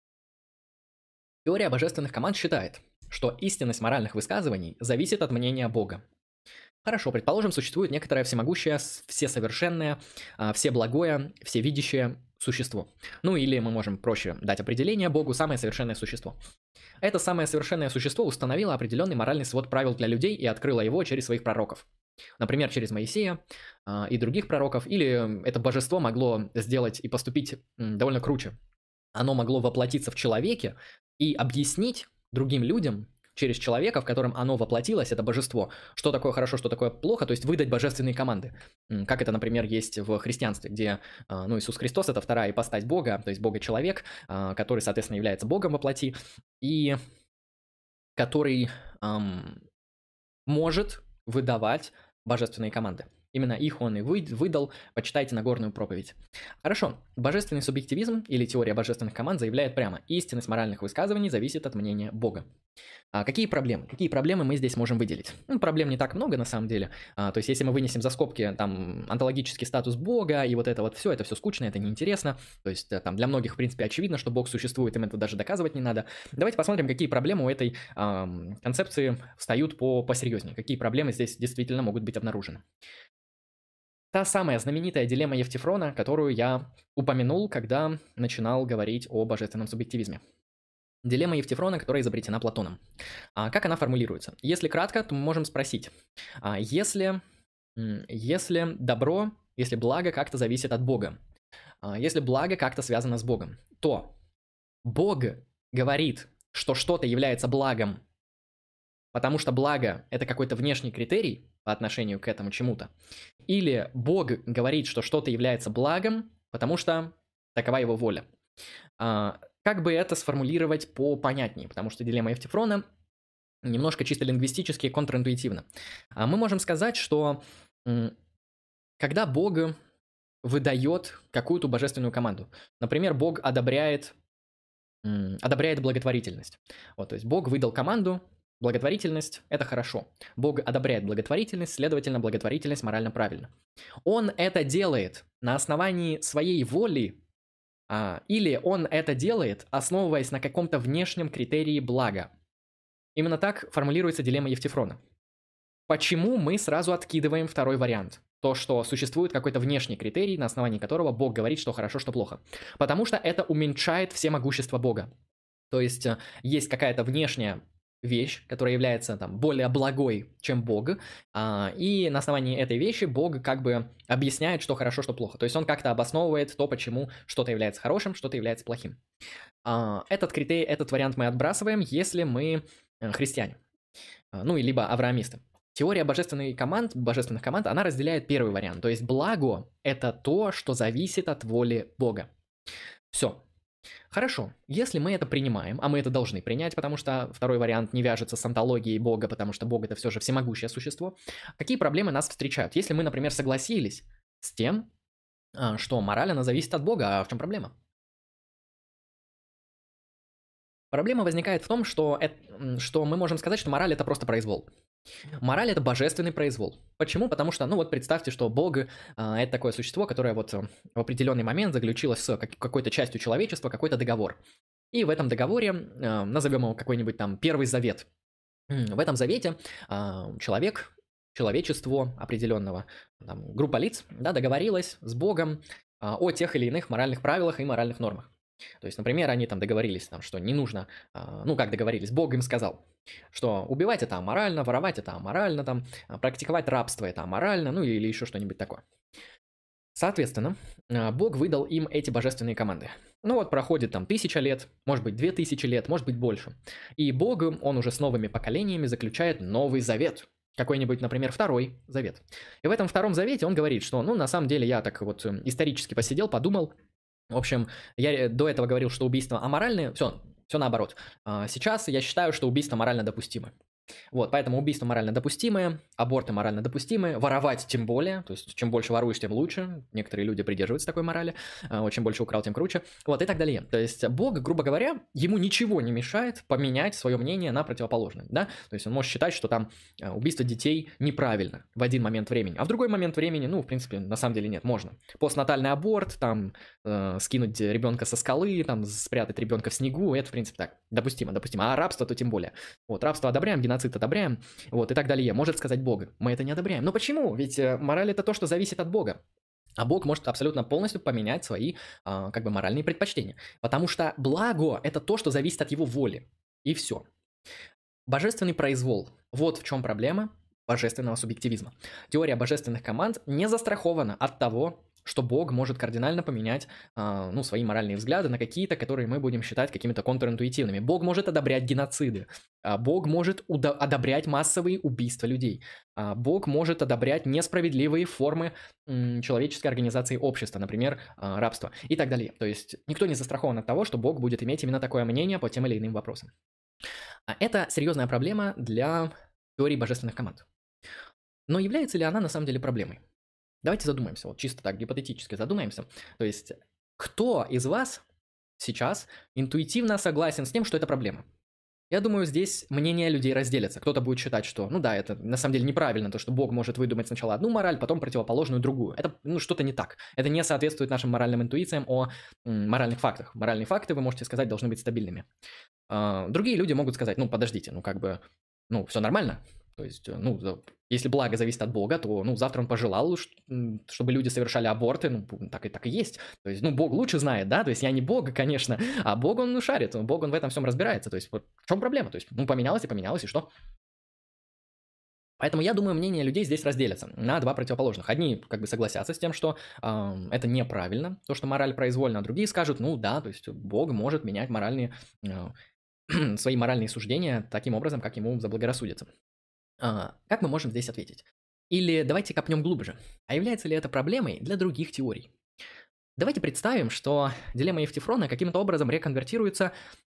Теория божественных команд считает, что истинность моральных высказываний зависит от мнения Бога. Хорошо, предположим, существует некоторое всемогущее, всесовершенное, всеблагое, всевидящее существо. Ну или мы можем проще дать определение Богу самое совершенное существо. Это самое совершенное существо установило определенный моральный свод правил для людей и открыло его через своих пророков. Например, через Моисея э, и других пророков. Или это божество могло сделать и поступить м, довольно круче. Оно могло воплотиться в человеке и объяснить другим людям через человека, в котором оно воплотилось, это божество, что такое хорошо, что такое плохо, то есть выдать божественные команды. Как это, например, есть в христианстве, где ну, Иисус Христос – это вторая ипостась Бога, то есть Бога-человек, который, соответственно, является Богом во плоти, и который эм, может выдавать божественные команды. Именно их он и выдал, почитайте Нагорную проповедь. Хорошо, божественный субъективизм или теория божественных команд заявляет прямо, истинность моральных высказываний зависит от мнения Бога. А какие проблемы? Какие проблемы мы здесь можем выделить? Ну, проблем не так много на самом деле. А, то есть, если мы вынесем за скобки там онтологический статус Бога и вот это вот все, это все скучно, это неинтересно. То есть, там для многих, в принципе, очевидно, что Бог существует, им это даже доказывать не надо. Давайте посмотрим, какие проблемы у этой а, концепции встают по посерьезнее. Какие проблемы здесь действительно могут быть обнаружены. Та самая знаменитая дилемма Евтифрона, которую я упомянул, когда начинал говорить о божественном субъективизме. Дилемма Евтифрона, которая изобретена Платоном. А как она формулируется? Если кратко, то мы можем спросить, а если, если добро, если благо как-то зависит от Бога, а если благо как-то связано с Богом, то Бог говорит, что что-то является благом, потому что благо – это какой-то внешний критерий по отношению к этому чему-то, или Бог говорит, что что-то является благом, потому что такова его воля. А, как бы это сформулировать попонятнее, потому что дилемма Евтифрона немножко чисто лингвистически контринтуитивно. А мы можем сказать, что м, когда Бог выдает какую-то божественную команду, например, Бог одобряет, м, одобряет благотворительность. Вот, то есть Бог выдал команду, благотворительность – это хорошо. Бог одобряет благотворительность, следовательно, благотворительность морально правильна. Он это делает на основании своей воли, а, или он это делает, основываясь на каком-то внешнем критерии блага. Именно так формулируется дилемма Евтифрона. Почему мы сразу откидываем второй вариант? То, что существует какой-то внешний критерий, на основании которого Бог говорит, что хорошо, что плохо. Потому что это уменьшает всемогущество Бога. То есть э, есть какая-то внешняя вещь, которая является там более благой, чем Бог, а, и на основании этой вещи Бог как бы объясняет, что хорошо, что плохо. То есть он как-то обосновывает то, почему что-то является хорошим, что-то является плохим. А, этот критерий, этот вариант мы отбрасываем, если мы э, христиане, а, ну и либо авраамисты. Теория божественных команд, божественных команд, она разделяет первый вариант. То есть благо – это то, что зависит от воли Бога. Все. Хорошо, если мы это принимаем, а мы это должны принять, потому что второй вариант не вяжется с онтологией Бога, потому что Бог – это все же всемогущее существо, какие проблемы нас встречают? Если мы, например, согласились с тем, что мораль, она зависит от Бога, а в чем проблема? Проблема возникает в том, что, это, что мы можем сказать, что мораль – это просто произвол. Мораль – это божественный произвол. Почему? Потому что, ну вот представьте, что Бог э, – это такое существо, которое вот в определенный момент заключило с какой-то частью человечества какой-то договор. И в этом договоре, э, назовем его какой-нибудь там Первый Завет. В этом завете э, человек, человечество определенного, там, группа лиц, да, договорилась с Богом э, о тех или иных моральных правилах и моральных нормах. То есть, например, они там договорились, там, что не нужно, э, ну как договорились, Бог им сказал, что убивать это аморально, воровать это аморально, там, практиковать рабство это аморально, ну или еще что-нибудь такое. Соответственно, Бог выдал им эти божественные команды. Ну вот проходит там тысяча лет, может быть две тысячи лет, может быть больше. И Бог, он уже с новыми поколениями заключает новый завет. Какой-нибудь, например, второй завет. И в этом втором завете он говорит, что, ну, на самом деле, я так вот исторически посидел, подумал. В общем, я до этого говорил, что убийства аморальные. Все, все наоборот. Сейчас я считаю, что убийства морально допустимы. Вот, поэтому убийства морально допустимые, аборты морально допустимые, воровать тем более, то есть чем больше воруешь, тем лучше, некоторые люди придерживаются такой морали, вот, чем больше украл, тем круче, вот, и так далее. То есть Бог, грубо говоря, ему ничего не мешает поменять свое мнение на противоположное, да, то есть он может считать, что там убийство детей неправильно в один момент времени, а в другой момент времени, ну, в принципе, на самом деле нет, можно. Постнатальный аборт, там, э, скинуть ребенка со скалы, там, спрятать ребенка в снегу, это, в принципе, так, допустимо, допустимо, а рабство, то тем более. Вот, рабство одобряем, геноцид одобряем, вот, и так далее. Может сказать Бог, мы это не одобряем. Но почему? Ведь мораль – это то, что зависит от Бога. А Бог может абсолютно полностью поменять свои, а, как бы, моральные предпочтения. Потому что благо – это то, что зависит от его воли. И все. Божественный произвол. Вот в чем проблема божественного субъективизма. Теория божественных команд не застрахована от того, что Бог может кардинально поменять э, ну, свои моральные взгляды на какие-то, которые мы будем считать какими-то контринтуитивными. Бог может одобрять геноциды, э, Бог может удо- одобрять массовые убийства людей, э, Бог может одобрять несправедливые формы э, человеческой организации общества, например, э, рабство и так далее. То есть никто не застрахован от того, что Бог будет иметь именно такое мнение по тем или иным вопросам. А это серьезная проблема для теории божественных команд. Но является ли она на самом деле проблемой? Давайте задумаемся, вот чисто так гипотетически задумаемся. То есть, кто из вас сейчас интуитивно согласен с тем, что это проблема? Я думаю, здесь мнения людей разделятся. Кто-то будет считать, что, ну да, это на самом деле неправильно, то, что Бог может выдумать сначала одну мораль, потом противоположную другую. Это, ну, что-то не так. Это не соответствует нашим моральным интуициям о м, моральных фактах. Моральные факты, вы можете сказать, должны быть стабильными. А, другие люди могут сказать, ну, подождите, ну, как бы, ну, все нормально. То есть, ну, если благо зависит от Бога, то, ну, завтра он пожелал, чтобы люди совершали аборты, ну, так и, так и есть. То есть, ну, Бог лучше знает, да, то есть я не Бог, конечно, а Бог, он, ну, шарит, Бог, он в этом всем разбирается. То есть, вот в чем проблема? То есть, ну, поменялось и поменялось, и что? Поэтому я думаю, мнения людей здесь разделятся на два противоположных. Одни как бы согласятся с тем, что э, это неправильно, то, что мораль произвольна, а другие скажут, ну да, то есть Бог может менять моральные... Э, свои моральные суждения таким образом, как ему заблагорассудится. А, как мы можем здесь ответить? Или давайте копнем глубже. А является ли это проблемой для других теорий? Давайте представим, что дилемма Евтифрона каким-то образом реконвертируется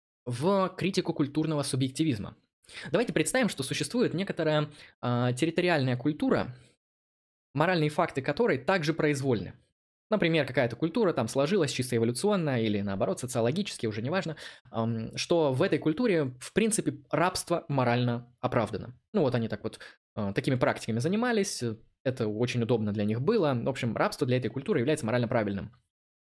в критику культурного субъективизма. Давайте представим, что существует некоторая а, территориальная культура, моральные факты которой также произвольны. Например, какая-то культура там сложилась чисто эволюционно или наоборот социологически, уже неважно, ам, что в этой культуре, в принципе, рабство морально оправдано. Ну вот они так вот а, такими практиками занимались, э, это очень удобно для них было. В общем, рабство для этой культуры является морально правильным.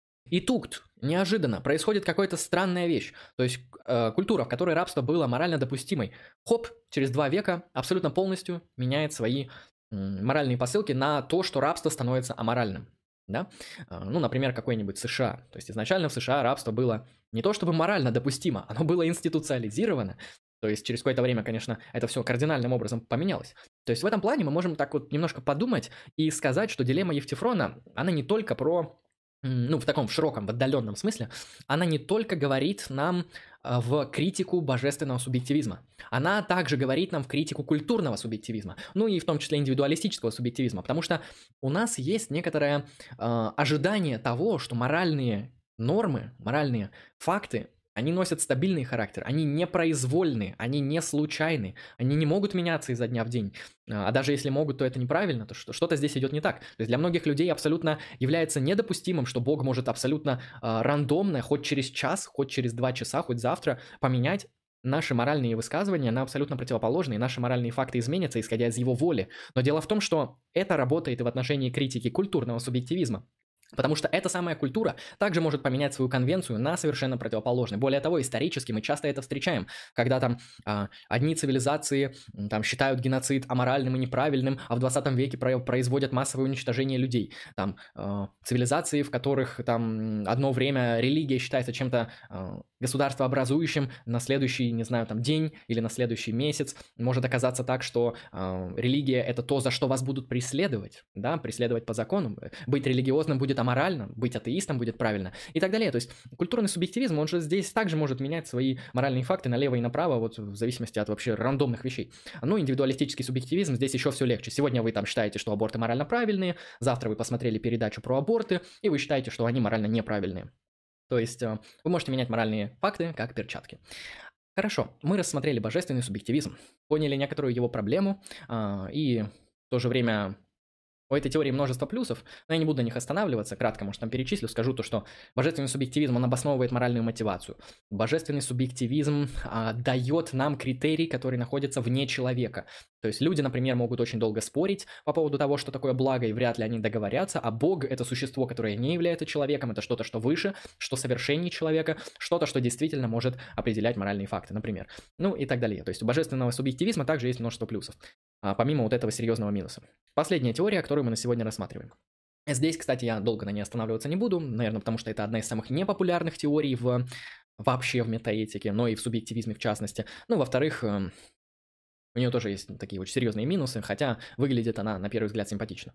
И тут неожиданно происходит какая-то странная вещь. То есть э, культура, в которой рабство было морально допустимой, хоп, через два века абсолютно полностью меняет свои м, моральные посылки на то, что рабство становится аморальным. Да? Э, ну, например, какой-нибудь США. То есть изначально в США рабство было не то чтобы морально допустимо, оно было институциализировано. То есть через какое-то время, конечно, это все кардинальным образом поменялось. То есть в этом плане мы можем так вот немножко подумать и сказать, что дилемма Евтифрона, она не только про, ну, в таком широком, в отдаленном смысле, она не только говорит нам а, в критику божественного субъективизма, она также говорит нам в критику культурного субъективизма, ну и в том числе индивидуалистического субъективизма, потому что у нас есть некоторое а, ожидание того, что моральные нормы, моральные факты, они носят стабильный характер, они не произвольные, они не случайны, они не могут меняться изо дня в день. А даже если могут, то это неправильно, то что, что-то здесь идет не так. То есть для многих людей абсолютно является недопустимым, что Бог может абсолютно а, рандомно, хоть через час, хоть через два часа, хоть завтра поменять наши моральные высказывания на абсолютно противоположные, наши моральные факты изменятся, исходя из его воли. Но дело в том, что это работает и в отношении критики культурного субъективизма. Потому что эта самая культура также может поменять свою конвенцию на совершенно противоположную. Более того, исторически мы часто это встречаем, когда там а, одни цивилизации там, считают геноцид аморальным и неправильным, а в двадцатом веке про- производят массовое уничтожение людей. Там а, цивилизации, в которых там одно время религия считается чем-то а, государствообразующим, на следующий, не знаю, там день или на следующий месяц может оказаться так, что а, религия это то, за что вас будут преследовать, да, преследовать по закону. Быть религиозным будет аморально, быть атеистом будет правильно и так далее. То есть культурный субъективизм, он же здесь также может менять свои моральные факты налево и направо, вот в зависимости от вообще рандомных вещей. Ну, индивидуалистический субъективизм, здесь еще все легче. Сегодня вы там считаете, что аборты морально правильные, завтра вы посмотрели передачу про аборты, и вы считаете, что они морально неправильные. То есть вы можете менять моральные факты, как перчатки. Хорошо, мы рассмотрели божественный субъективизм, поняли некоторую его проблему, и в то же время у этой теории множество плюсов, но я не буду на них останавливаться, кратко, может, там перечислю, скажу то, что божественный субъективизм, он обосновывает моральную мотивацию. Божественный субъективизм а, дает нам критерий, который находится вне человека. То есть люди, например, могут очень долго спорить по поводу того, что такое благо, и вряд ли они договорятся, а Бог – это существо, которое не является человеком, это что-то, что выше, что совершеннее человека, что-то, что действительно может определять моральные факты, например. Ну и так далее. То есть у божественного субъективизма также есть множество плюсов, а, помимо вот этого серьезного минуса. Последняя теория, которую мы на сегодня рассматриваем. Здесь, кстати, я долго на ней останавливаться не буду, наверное, потому что это одна из самых непопулярных теорий в, вообще в метаэтике, но и в субъективизме в частности. Ну, во-вторых, у нее тоже есть такие очень серьезные минусы, хотя выглядит она, на первый взгляд, симпатично.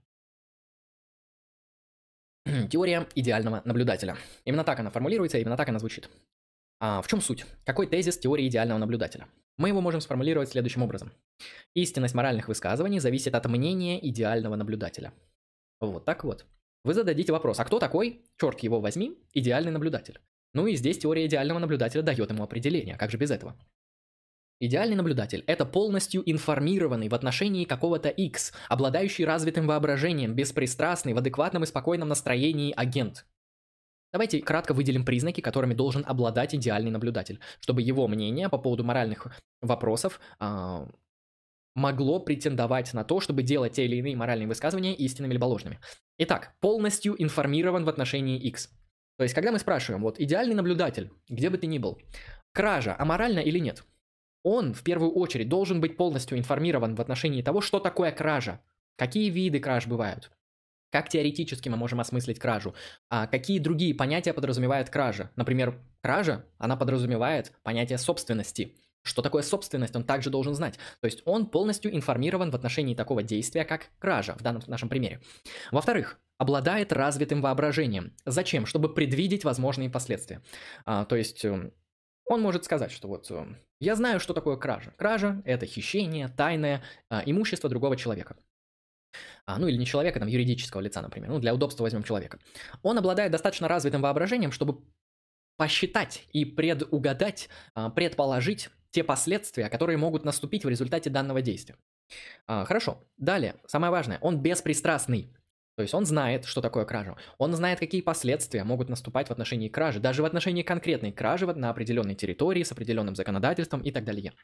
Теория идеального наблюдателя. Именно так она формулируется, именно так она звучит. А в чем суть? Какой тезис теории идеального наблюдателя? Мы его можем сформулировать следующим образом. Истинность моральных высказываний зависит от мнения идеального наблюдателя. Вот так вот. Вы зададите вопрос, а кто такой, черт его возьми, идеальный наблюдатель? Ну и здесь теория идеального наблюдателя дает ему определение, как же без этого? Идеальный наблюдатель – это полностью информированный в отношении какого-то X, обладающий развитым воображением, беспристрастный, в адекватном и спокойном настроении агент. Давайте кратко выделим признаки, которыми должен обладать идеальный наблюдатель, чтобы его мнение по поводу моральных вопросов а, могло претендовать на то, чтобы делать те или иные моральные высказывания истинными либо ложными. Итак, полностью информирован в отношении X. То есть, когда мы спрашиваем, вот идеальный наблюдатель, где бы ты ни был, кража аморальна или нет? Он, в первую очередь, должен быть полностью информирован в отношении того, что такое кража, какие виды краж бывают. Как теоретически мы можем осмыслить кражу? А какие другие понятия подразумевает кража? Например, кража, она подразумевает понятие собственности. Что такое собственность, он также должен знать. То есть он полностью информирован в отношении такого действия, как кража, в данном нашем примере. Во-вторых, обладает развитым воображением. Зачем? Чтобы предвидеть возможные последствия. А, то есть он Он может сказать, что вот э, я знаю, что такое кража. Кража – это хищение, тайное а, имущество другого человека. А, ну или не человека, там юридического лица, например. Ну для удобства возьмем человека. Он обладает достаточно развитым воображением, чтобы посчитать и предугадать, а, предположить те последствия, которые могут наступить в результате данного действия. А, хорошо. Далее, самое важное, он беспристрастный. То есть он знает, что такое кража. Он знает, какие последствия могут наступать в отношении кражи, даже в отношении конкретной кражи на определенной территории, с определенным законодательством и так далее.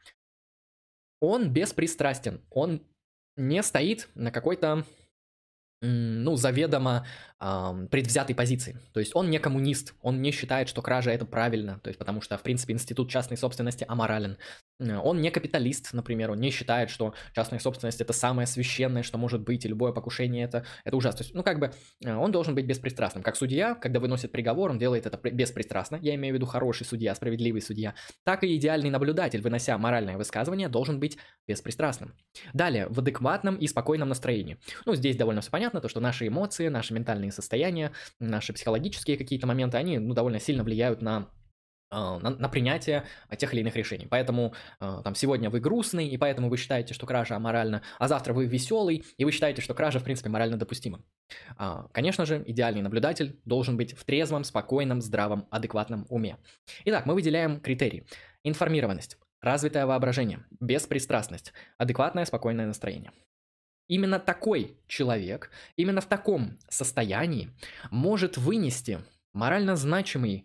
Он беспристрастен. Он не стоит на какой-то, ну, заведомо ам, предвзятой позиции. То есть он не коммунист, он не считает, что кража это правильно, то есть потому что, в принципе, институт частной собственности аморален. Он не капиталист, например, он не считает, что частная собственность это самое священное, что может быть, и любое покушение это, это ужасно. То есть, ну, как бы, он должен быть беспристрастным. Как судья, когда выносит приговор, он делает это беспристрастно, я имею в виду хороший судья, справедливый судья, так и идеальный наблюдатель, вынося моральное высказывание, должен быть беспристрастным. Далее, в адекватном и спокойном настроении. Ну, здесь довольно все понятно, то, что наши эмоции, наши ментальные состояния, наши психологические какие-то моменты, они, ну, довольно сильно влияют на На, на принятие тех или иных решений. Поэтому там сегодня вы грустный, и поэтому вы считаете, что кража аморальна, а завтра вы веселый, и вы считаете, что кража, в принципе, морально допустима. Конечно же, идеальный наблюдатель должен быть в трезвом, спокойном, здравом, адекватном уме. Итак, мы выделяем критерии. Информированность, развитое воображение, беспристрастность, адекватное, спокойное настроение. Именно такой человек, именно в таком состоянии может вынести морально значимый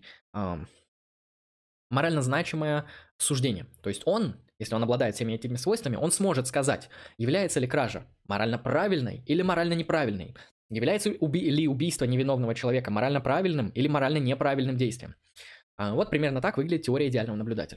морально значимое суждение. То есть он, если он обладает всеми этими свойствами, он сможет сказать, является ли кража морально правильной или морально неправильной, является уби- ли убийство невиновного человека морально правильным или морально неправильным действием. А вот примерно так выглядит теория идеального наблюдателя.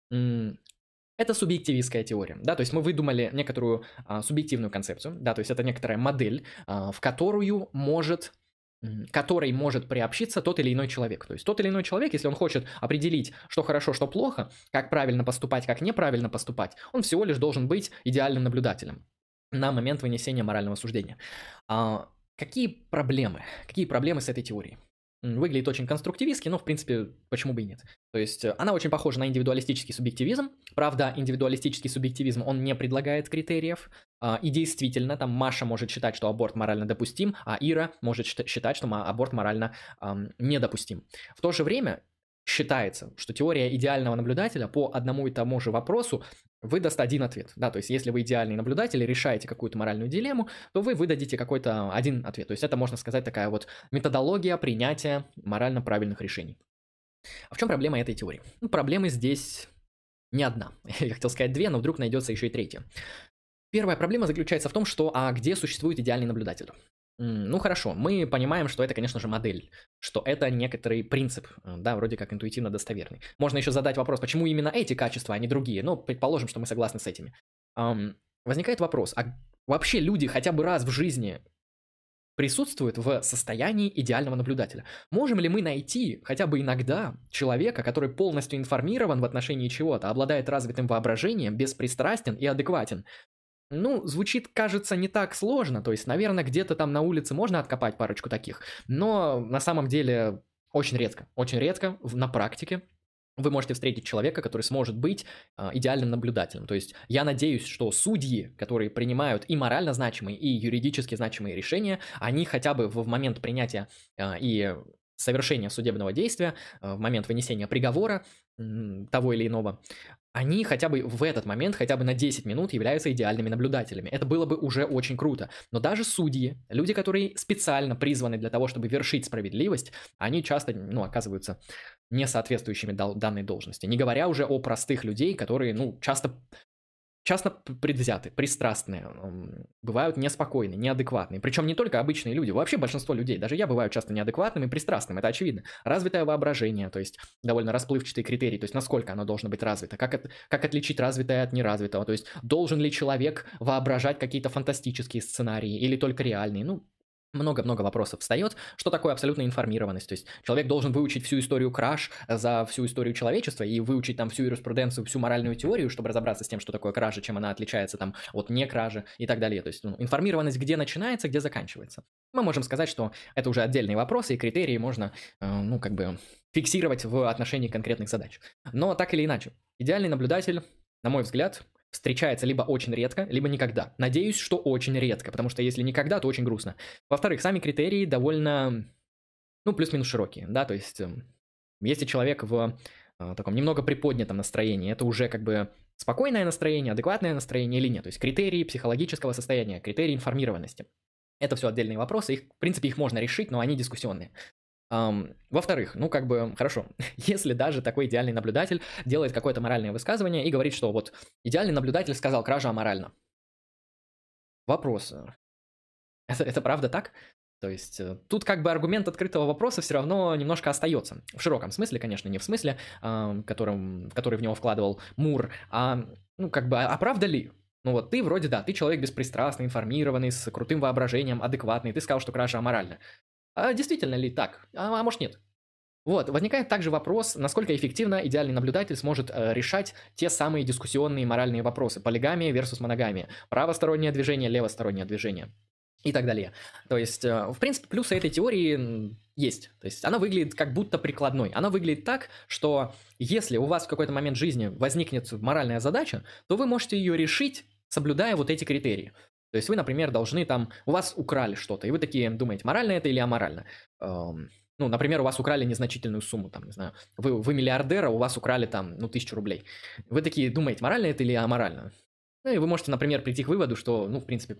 Это субъективистская теория, да, то есть мы выдумали некоторую а, субъективную концепцию, да, то есть это некоторая модель, а, в которую может которой может приобщиться тот или иной человек. То есть тот или иной человек, если он хочет определить, что хорошо, что плохо, как правильно поступать, как неправильно поступать, он всего лишь должен быть идеальным наблюдателем на момент вынесения морального суждения. А какие проблемы? Какие проблемы с этой теорией? Выглядит очень конструктивистски, но в принципе почему бы и нет. То есть она очень похожа на индивидуалистический субъективизм. Правда, индивидуалистический субъективизм, он не предлагает критериев. И действительно, там Маша может считать, что аборт морально допустим, а Ира может считать, что аборт морально эм, недопустим. В то же время считается, что теория идеального наблюдателя по одному и тому же вопросу выдаст один ответ. Да, то есть если вы идеальный наблюдатель и решаете какую-то моральную дилемму, то вы выдадите какой-то один ответ. То есть это, можно сказать, такая вот методология принятия морально правильных решений. А в чем проблема этой теории? Ну, проблемы здесь не одна. Я хотел сказать две, но вдруг найдется еще и третья. Первая проблема заключается в том, что а где существует идеальный наблюдатель? Ну хорошо, мы понимаем, что это, конечно же, модель, что это некоторый принцип, да, вроде как интуитивно достоверный. Можно еще задать вопрос, почему именно эти качества, а не другие, но предположим, что мы согласны с этими. Эм, возникает вопрос, а вообще люди хотя бы раз в жизни присутствуют в состоянии идеального наблюдателя? Можем ли мы найти хотя бы иногда человека, который полностью информирован в отношении чего-то, обладает развитым воображением, беспристрастен и адекватен? Ну, звучит, кажется, не так сложно, то есть, наверное, где-то там на улице можно откопать парочку таких, но на самом деле очень редко, очень редко на практике вы можете встретить человека, который сможет быть э, идеальным наблюдателем. То есть я надеюсь, что судьи, которые принимают и морально значимые, и юридически значимые решения, они хотя бы в момент принятия э, и совершения судебного действия, э, в момент вынесения приговора э, того или иного, они хотя бы в этот момент, хотя бы на десять минут являются идеальными наблюдателями. Это было бы уже очень круто. Но даже судьи, люди, которые специально призваны для того, чтобы вершить справедливость, они часто, ну, оказываются не соответствующими данной должности. Не говоря уже о простых людей, которые, ну, часто... часто предвзяты, пристрастные, бывают неспокойные, неадекватные. Причем не только обычные люди, вообще большинство людей, даже я бываю часто неадекватным и пристрастным, это очевидно. Развитое воображение, то есть довольно расплывчатый критерий, то есть насколько оно должно быть развито, как, от, как отличить развитое от неразвитого, то есть должен ли человек воображать какие-то фантастические сценарии или только реальные, ну, много-много вопросов встает, что такое абсолютная информированность. То есть человек должен выучить всю историю краж за всю историю человечества и выучить там всю юриспруденцию, всю моральную теорию, чтобы разобраться с тем, что такое кража, чем она отличается там от не кражи и так далее. То есть ну, информированность где начинается, где заканчивается. Мы можем сказать, что это уже отдельные вопросы, и критерии можно, э, ну, как бы фиксировать в отношении конкретных задач. Но так или иначе, идеальный наблюдатель, на мой взгляд, встречается либо очень редко, либо никогда. Надеюсь, что очень редко, потому что если никогда, то очень грустно. Во-вторых, сами критерии довольно, ну, плюс-минус широкие, да, то есть э, если человек в э, таком немного приподнятом настроении, это уже как бы спокойное настроение, адекватное настроение или нет, то есть критерии психологического состояния, критерии информированности. Это все отдельные вопросы, их, в принципе, их можно решить, но они дискуссионные. Um, во-вторых, ну как бы, хорошо, если даже такой идеальный наблюдатель делает какое-то моральное высказывание и говорит, что вот идеальный наблюдатель сказал, кража аморальна. Вопрос, это, это правда так? То есть тут как бы аргумент открытого вопроса все равно немножко остается. В широком смысле, конечно, не в смысле, uh, которым, который в него вкладывал Мур, а ну как бы, а правда ли? Ну вот ты вроде, да, ты человек беспристрастный, информированный, с крутым воображением, адекватный, ты сказал, что кража аморальна. А действительно ли так? А, а может нет? Вот, возникает также вопрос, насколько эффективно идеальный наблюдатель сможет э, решать те самые дискуссионные моральные вопросы. Полигамия versus моногамия, правостороннее движение, левостороннее движение и так далее. То есть, э, в принципе, плюсы этой теории есть. То есть она выглядит как будто прикладной. Она выглядит так, что если у вас в какой-то момент жизни возникнет моральная задача, то вы можете ее решить, соблюдая вот эти критерии. То есть вы, например, должны там, у вас украли что-то, и вы такие думаете, морально это или аморально. Эм, ну, например, у вас украли незначительную сумму, там, не знаю, вы, вы миллиардер, а у вас украли там, ну, тысячу рублей. Вы такие думаете, морально это или аморально? Ну, и вы можете, например, прийти к выводу, что, ну, в принципе,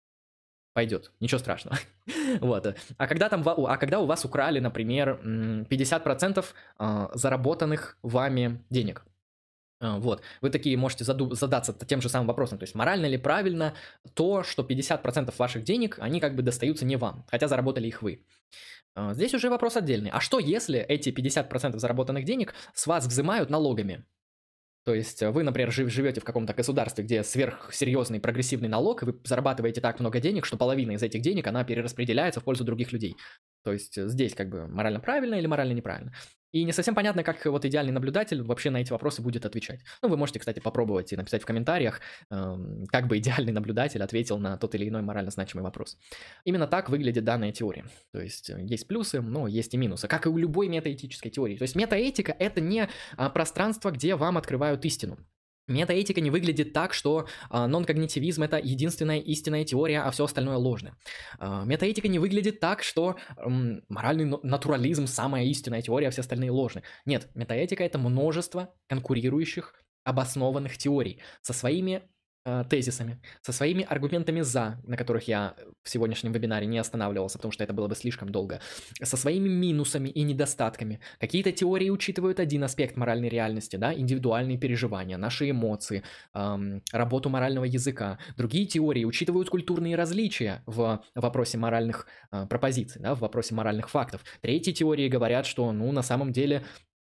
пойдет, ничего страшного. Вот. А когда, там, а когда у вас украли, например, пятьдесят процентов заработанных вами денег, вот, вы такие можете заду- задаться тем же самым вопросом, то есть морально ли правильно то, что пятьдесят процентов ваших денег, они как бы достаются не вам, хотя заработали их вы. Здесь уже вопрос отдельный. А что если эти пятьдесят процентов заработанных денег с вас взимают налогами? То есть вы, например, жив- живете в каком-то государстве, где сверхсерьезный прогрессивный налог, и вы зарабатываете так много денег, что половина из этих денег, она перераспределяется в пользу других людей. То есть здесь как бы морально правильно или морально неправильно. И не совсем понятно, как вот идеальный наблюдатель вообще на эти вопросы будет отвечать. Ну, вы можете, кстати, попробовать и написать в комментариях, эм, как бы идеальный наблюдатель ответил на тот или иной морально значимый вопрос. Именно так выглядит данная теория. То есть есть плюсы, но есть и минусы, как и у любой метаэтической теории. То есть метаэтика — это не а, пространство, где вам открывают истину. Метаэтика не выглядит так, что а, нон-когнитивизм — это единственная истинная теория, а все остальное ложно. А, метаэтика не выглядит так, что м, моральный натурализм — самая истинная теория, а все остальные ложны. Нет, метаэтика — это множество конкурирующих, обоснованных теорий со своими э, тезисами, со своими аргументами «за», на которых я в сегодняшнем вебинаре не останавливался, потому что это было бы слишком долго, со своими минусами и недостатками. Какие-то теории учитывают один аспект моральной реальности, да, индивидуальные переживания, наши эмоции, эм, работу морального языка. Другие теории учитывают культурные различия в вопросе моральных э, пропозиций, да, в вопросе моральных фактов. Третьи теории говорят, что, ну, на самом деле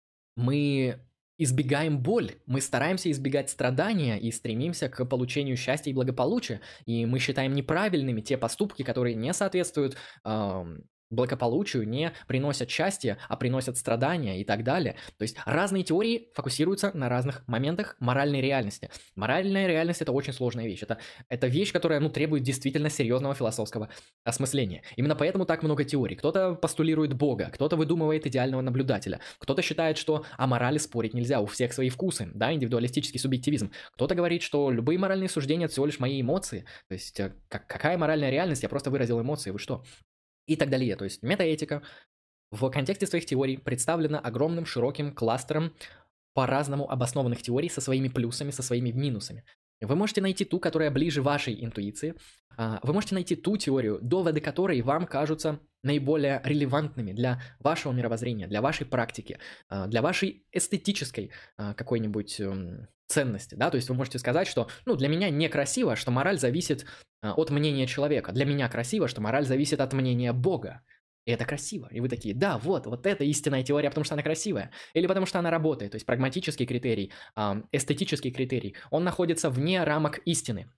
мы избегаем боль, мы стараемся избегать страдания и стремимся к получению счастья и благополучия, и мы считаем неправильными те поступки, которые не соответствуют э, благополучию, не приносят счастья, а приносят страдания и так далее. То есть разные теории фокусируются на разных моментах моральной реальности. Моральная реальность — это очень сложная вещь. Это, это вещь, которая, ну, требует действительно серьезного философского осмысления. Именно поэтому так много теорий. Кто-то постулирует Бога, кто-то выдумывает идеального наблюдателя, кто-то считает, что о морали спорить нельзя, у всех свои вкусы, да, индивидуалистический субъективизм. Кто-то говорит, что любые моральные суждения — это всего лишь мои эмоции. То есть как, какая моральная реальность? Я просто выразил эмоции, вы что? И так далее. То есть метаэтика в контексте своих теорий представлена огромным широким кластером по-разному обоснованных теорий со своими плюсами, со своими минусами. Вы можете найти ту, которая ближе вашей интуиции. Вы можете найти ту теорию, доводы которой вам кажутся наиболее релевантными для вашего мировоззрения, для вашей практики, для вашей эстетической какой-нибудь ценности, да, то есть вы можете сказать, что, ну, для меня некрасиво, что мораль зависит от мнения человека, для меня красиво, что мораль зависит от мнения Бога, и это красиво, и вы такие, да, вот, вот это истинная теория, потому что она красивая, или потому что она работает, то есть прагматический критерий, эстетический критерий, он находится вне рамок истины.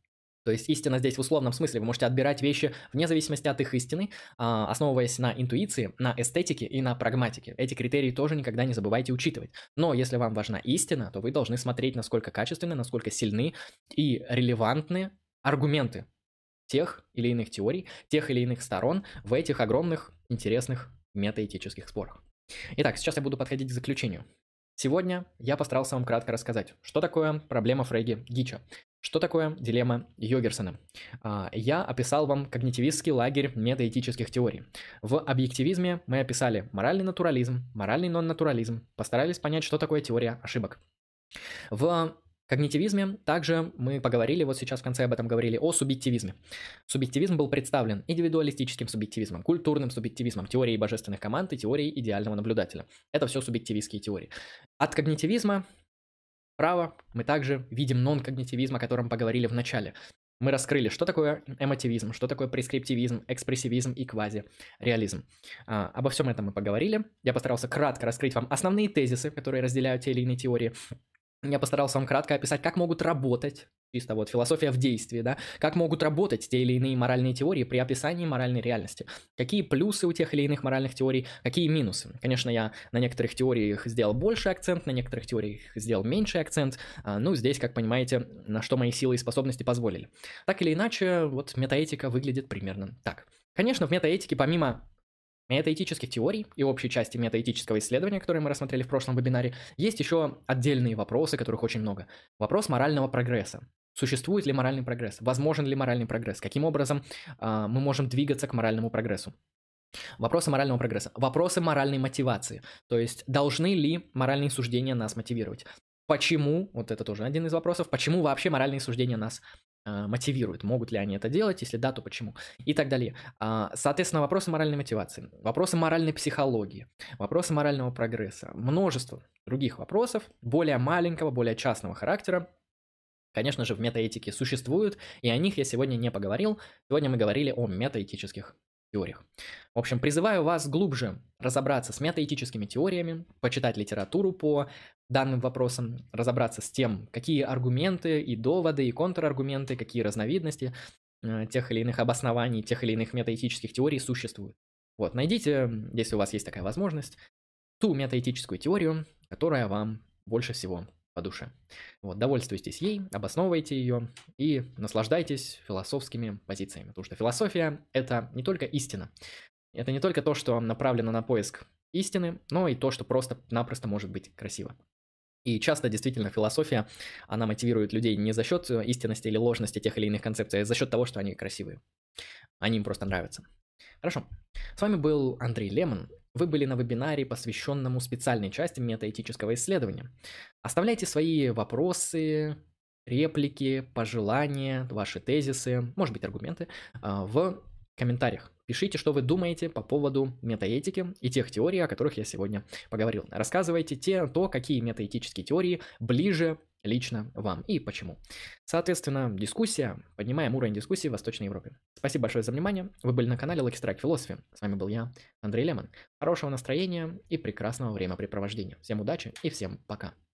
То есть истина здесь в условном смысле. Вы можете отбирать вещи вне зависимости от их истины, а, основываясь на интуиции, на эстетике и на прагматике. Эти критерии тоже никогда не забывайте учитывать. Но если вам важна истина, то вы должны смотреть, насколько качественны, насколько сильны и релевантны аргументы тех или иных теорий, тех или иных сторон в этих огромных, интересных метаэтических спорах. Итак, сейчас я буду подходить к заключению. Сегодня я постарался вам кратко рассказать, что такое проблема Фрейги-Гича, что такое дилемма Йогерсона. Я описал вам когнитивистский лагерь метаэтических теорий. В объективизме мы описали моральный натурализм, моральный нон-натурализм, постарались понять, что такое теория ошибок. В когнитивизме также мы поговорили, вот сейчас в конце об этом говорили, о субъективизме. Субъективизм был представлен индивидуалистическим субъективизмом, культурным субъективизмом, теорией божественных команд и теорией идеального наблюдателя. Это все субъективистские теории. От когнитивизма вправо мы также видим нон-когнитивизм, о котором поговорили в начале. Мы раскрыли, что такое эмотивизм, что такое прескриптивизм, экспрессивизм и квазиреализм. А, обо всем этом мы поговорили. Я постарался кратко раскрыть вам основные тезисы, которые разделяют те или иные теории. Я постарался вам кратко описать, как могут работать, чисто вот философия в действии, да, как могут работать те или иные моральные теории при описании моральной реальности. Какие плюсы у тех или иных моральных теорий, какие минусы. Конечно, я на некоторых теориях сделал больше акцент, на некоторых теориях сделал меньший акцент. Ну, здесь, как понимаете, на что мои силы и способности позволили. Так или иначе, вот метаэтика выглядит примерно так. Конечно, в метаэтике помимо метаэтических теорий и общей части метаэтического исследования, которые мы рассмотрели в прошлом вебинаре, есть еще отдельные вопросы, которых очень много. Вопрос морального прогресса. Существует ли моральный прогресс? Возможен ли моральный прогресс? Каким образом э, мы можем двигаться к моральному прогрессу? Вопросы морального прогресса. Вопросы моральной мотивации. То есть, должны ли моральные суждения нас мотивировать? Почему, вот это тоже один из вопросов, почему вообще моральные суждения нас э, мотивируют? Могут ли они это делать? Если да, то почему? И так далее. А, соответственно, вопросы моральной мотивации, вопросы моральной психологии, вопросы морального прогресса, множество других вопросов, более маленького, более частного характера, конечно же, в метаэтике существуют, и о них я сегодня не поговорил. Сегодня мы говорили о метаэтических теориях. В общем, призываю вас глубже разобраться с метаэтическими теориями, почитать литературу по данным вопросам, разобраться с тем, какие аргументы и доводы, и контраргументы, какие разновидности э, тех или иных обоснований, тех или иных метаэтических теорий существуют. Вот, найдите, если у вас есть такая возможность, ту метаэтическую теорию, которая вам больше всего по душе. Вот, довольствуйтесь ей, обосновывайте ее и наслаждайтесь философскими позициями. Потому что философия – это не только истина. Это не только то, что направлено на поиск истины, но и то, что просто-напросто может быть красиво. И часто действительно философия, она мотивирует людей не за счет истинности или ложности тех или иных концепций, а за счет того, что они красивые. Они им просто нравятся. Хорошо. С вами был Андрей Лемон. Вы были на вебинаре, посвященному специальной части метаэтического исследования. Оставляйте свои вопросы, реплики, пожелания, ваши тезисы, может быть, аргументы в комментариях. Пишите, что вы думаете по поводу метаэтики и тех теорий, о которых я сегодня поговорил. Рассказывайте те, то, какие метаэтические теории ближе лично вам и почему. Соответственно, дискуссия, поднимаем уровень дискуссии в Восточной Европе. Спасибо большое за внимание. Вы были на канале Lucky Strike Philosophy. С вами был я, Андрей Лемон. Хорошего настроения и прекрасного времяпрепровождения. Всем удачи и всем пока.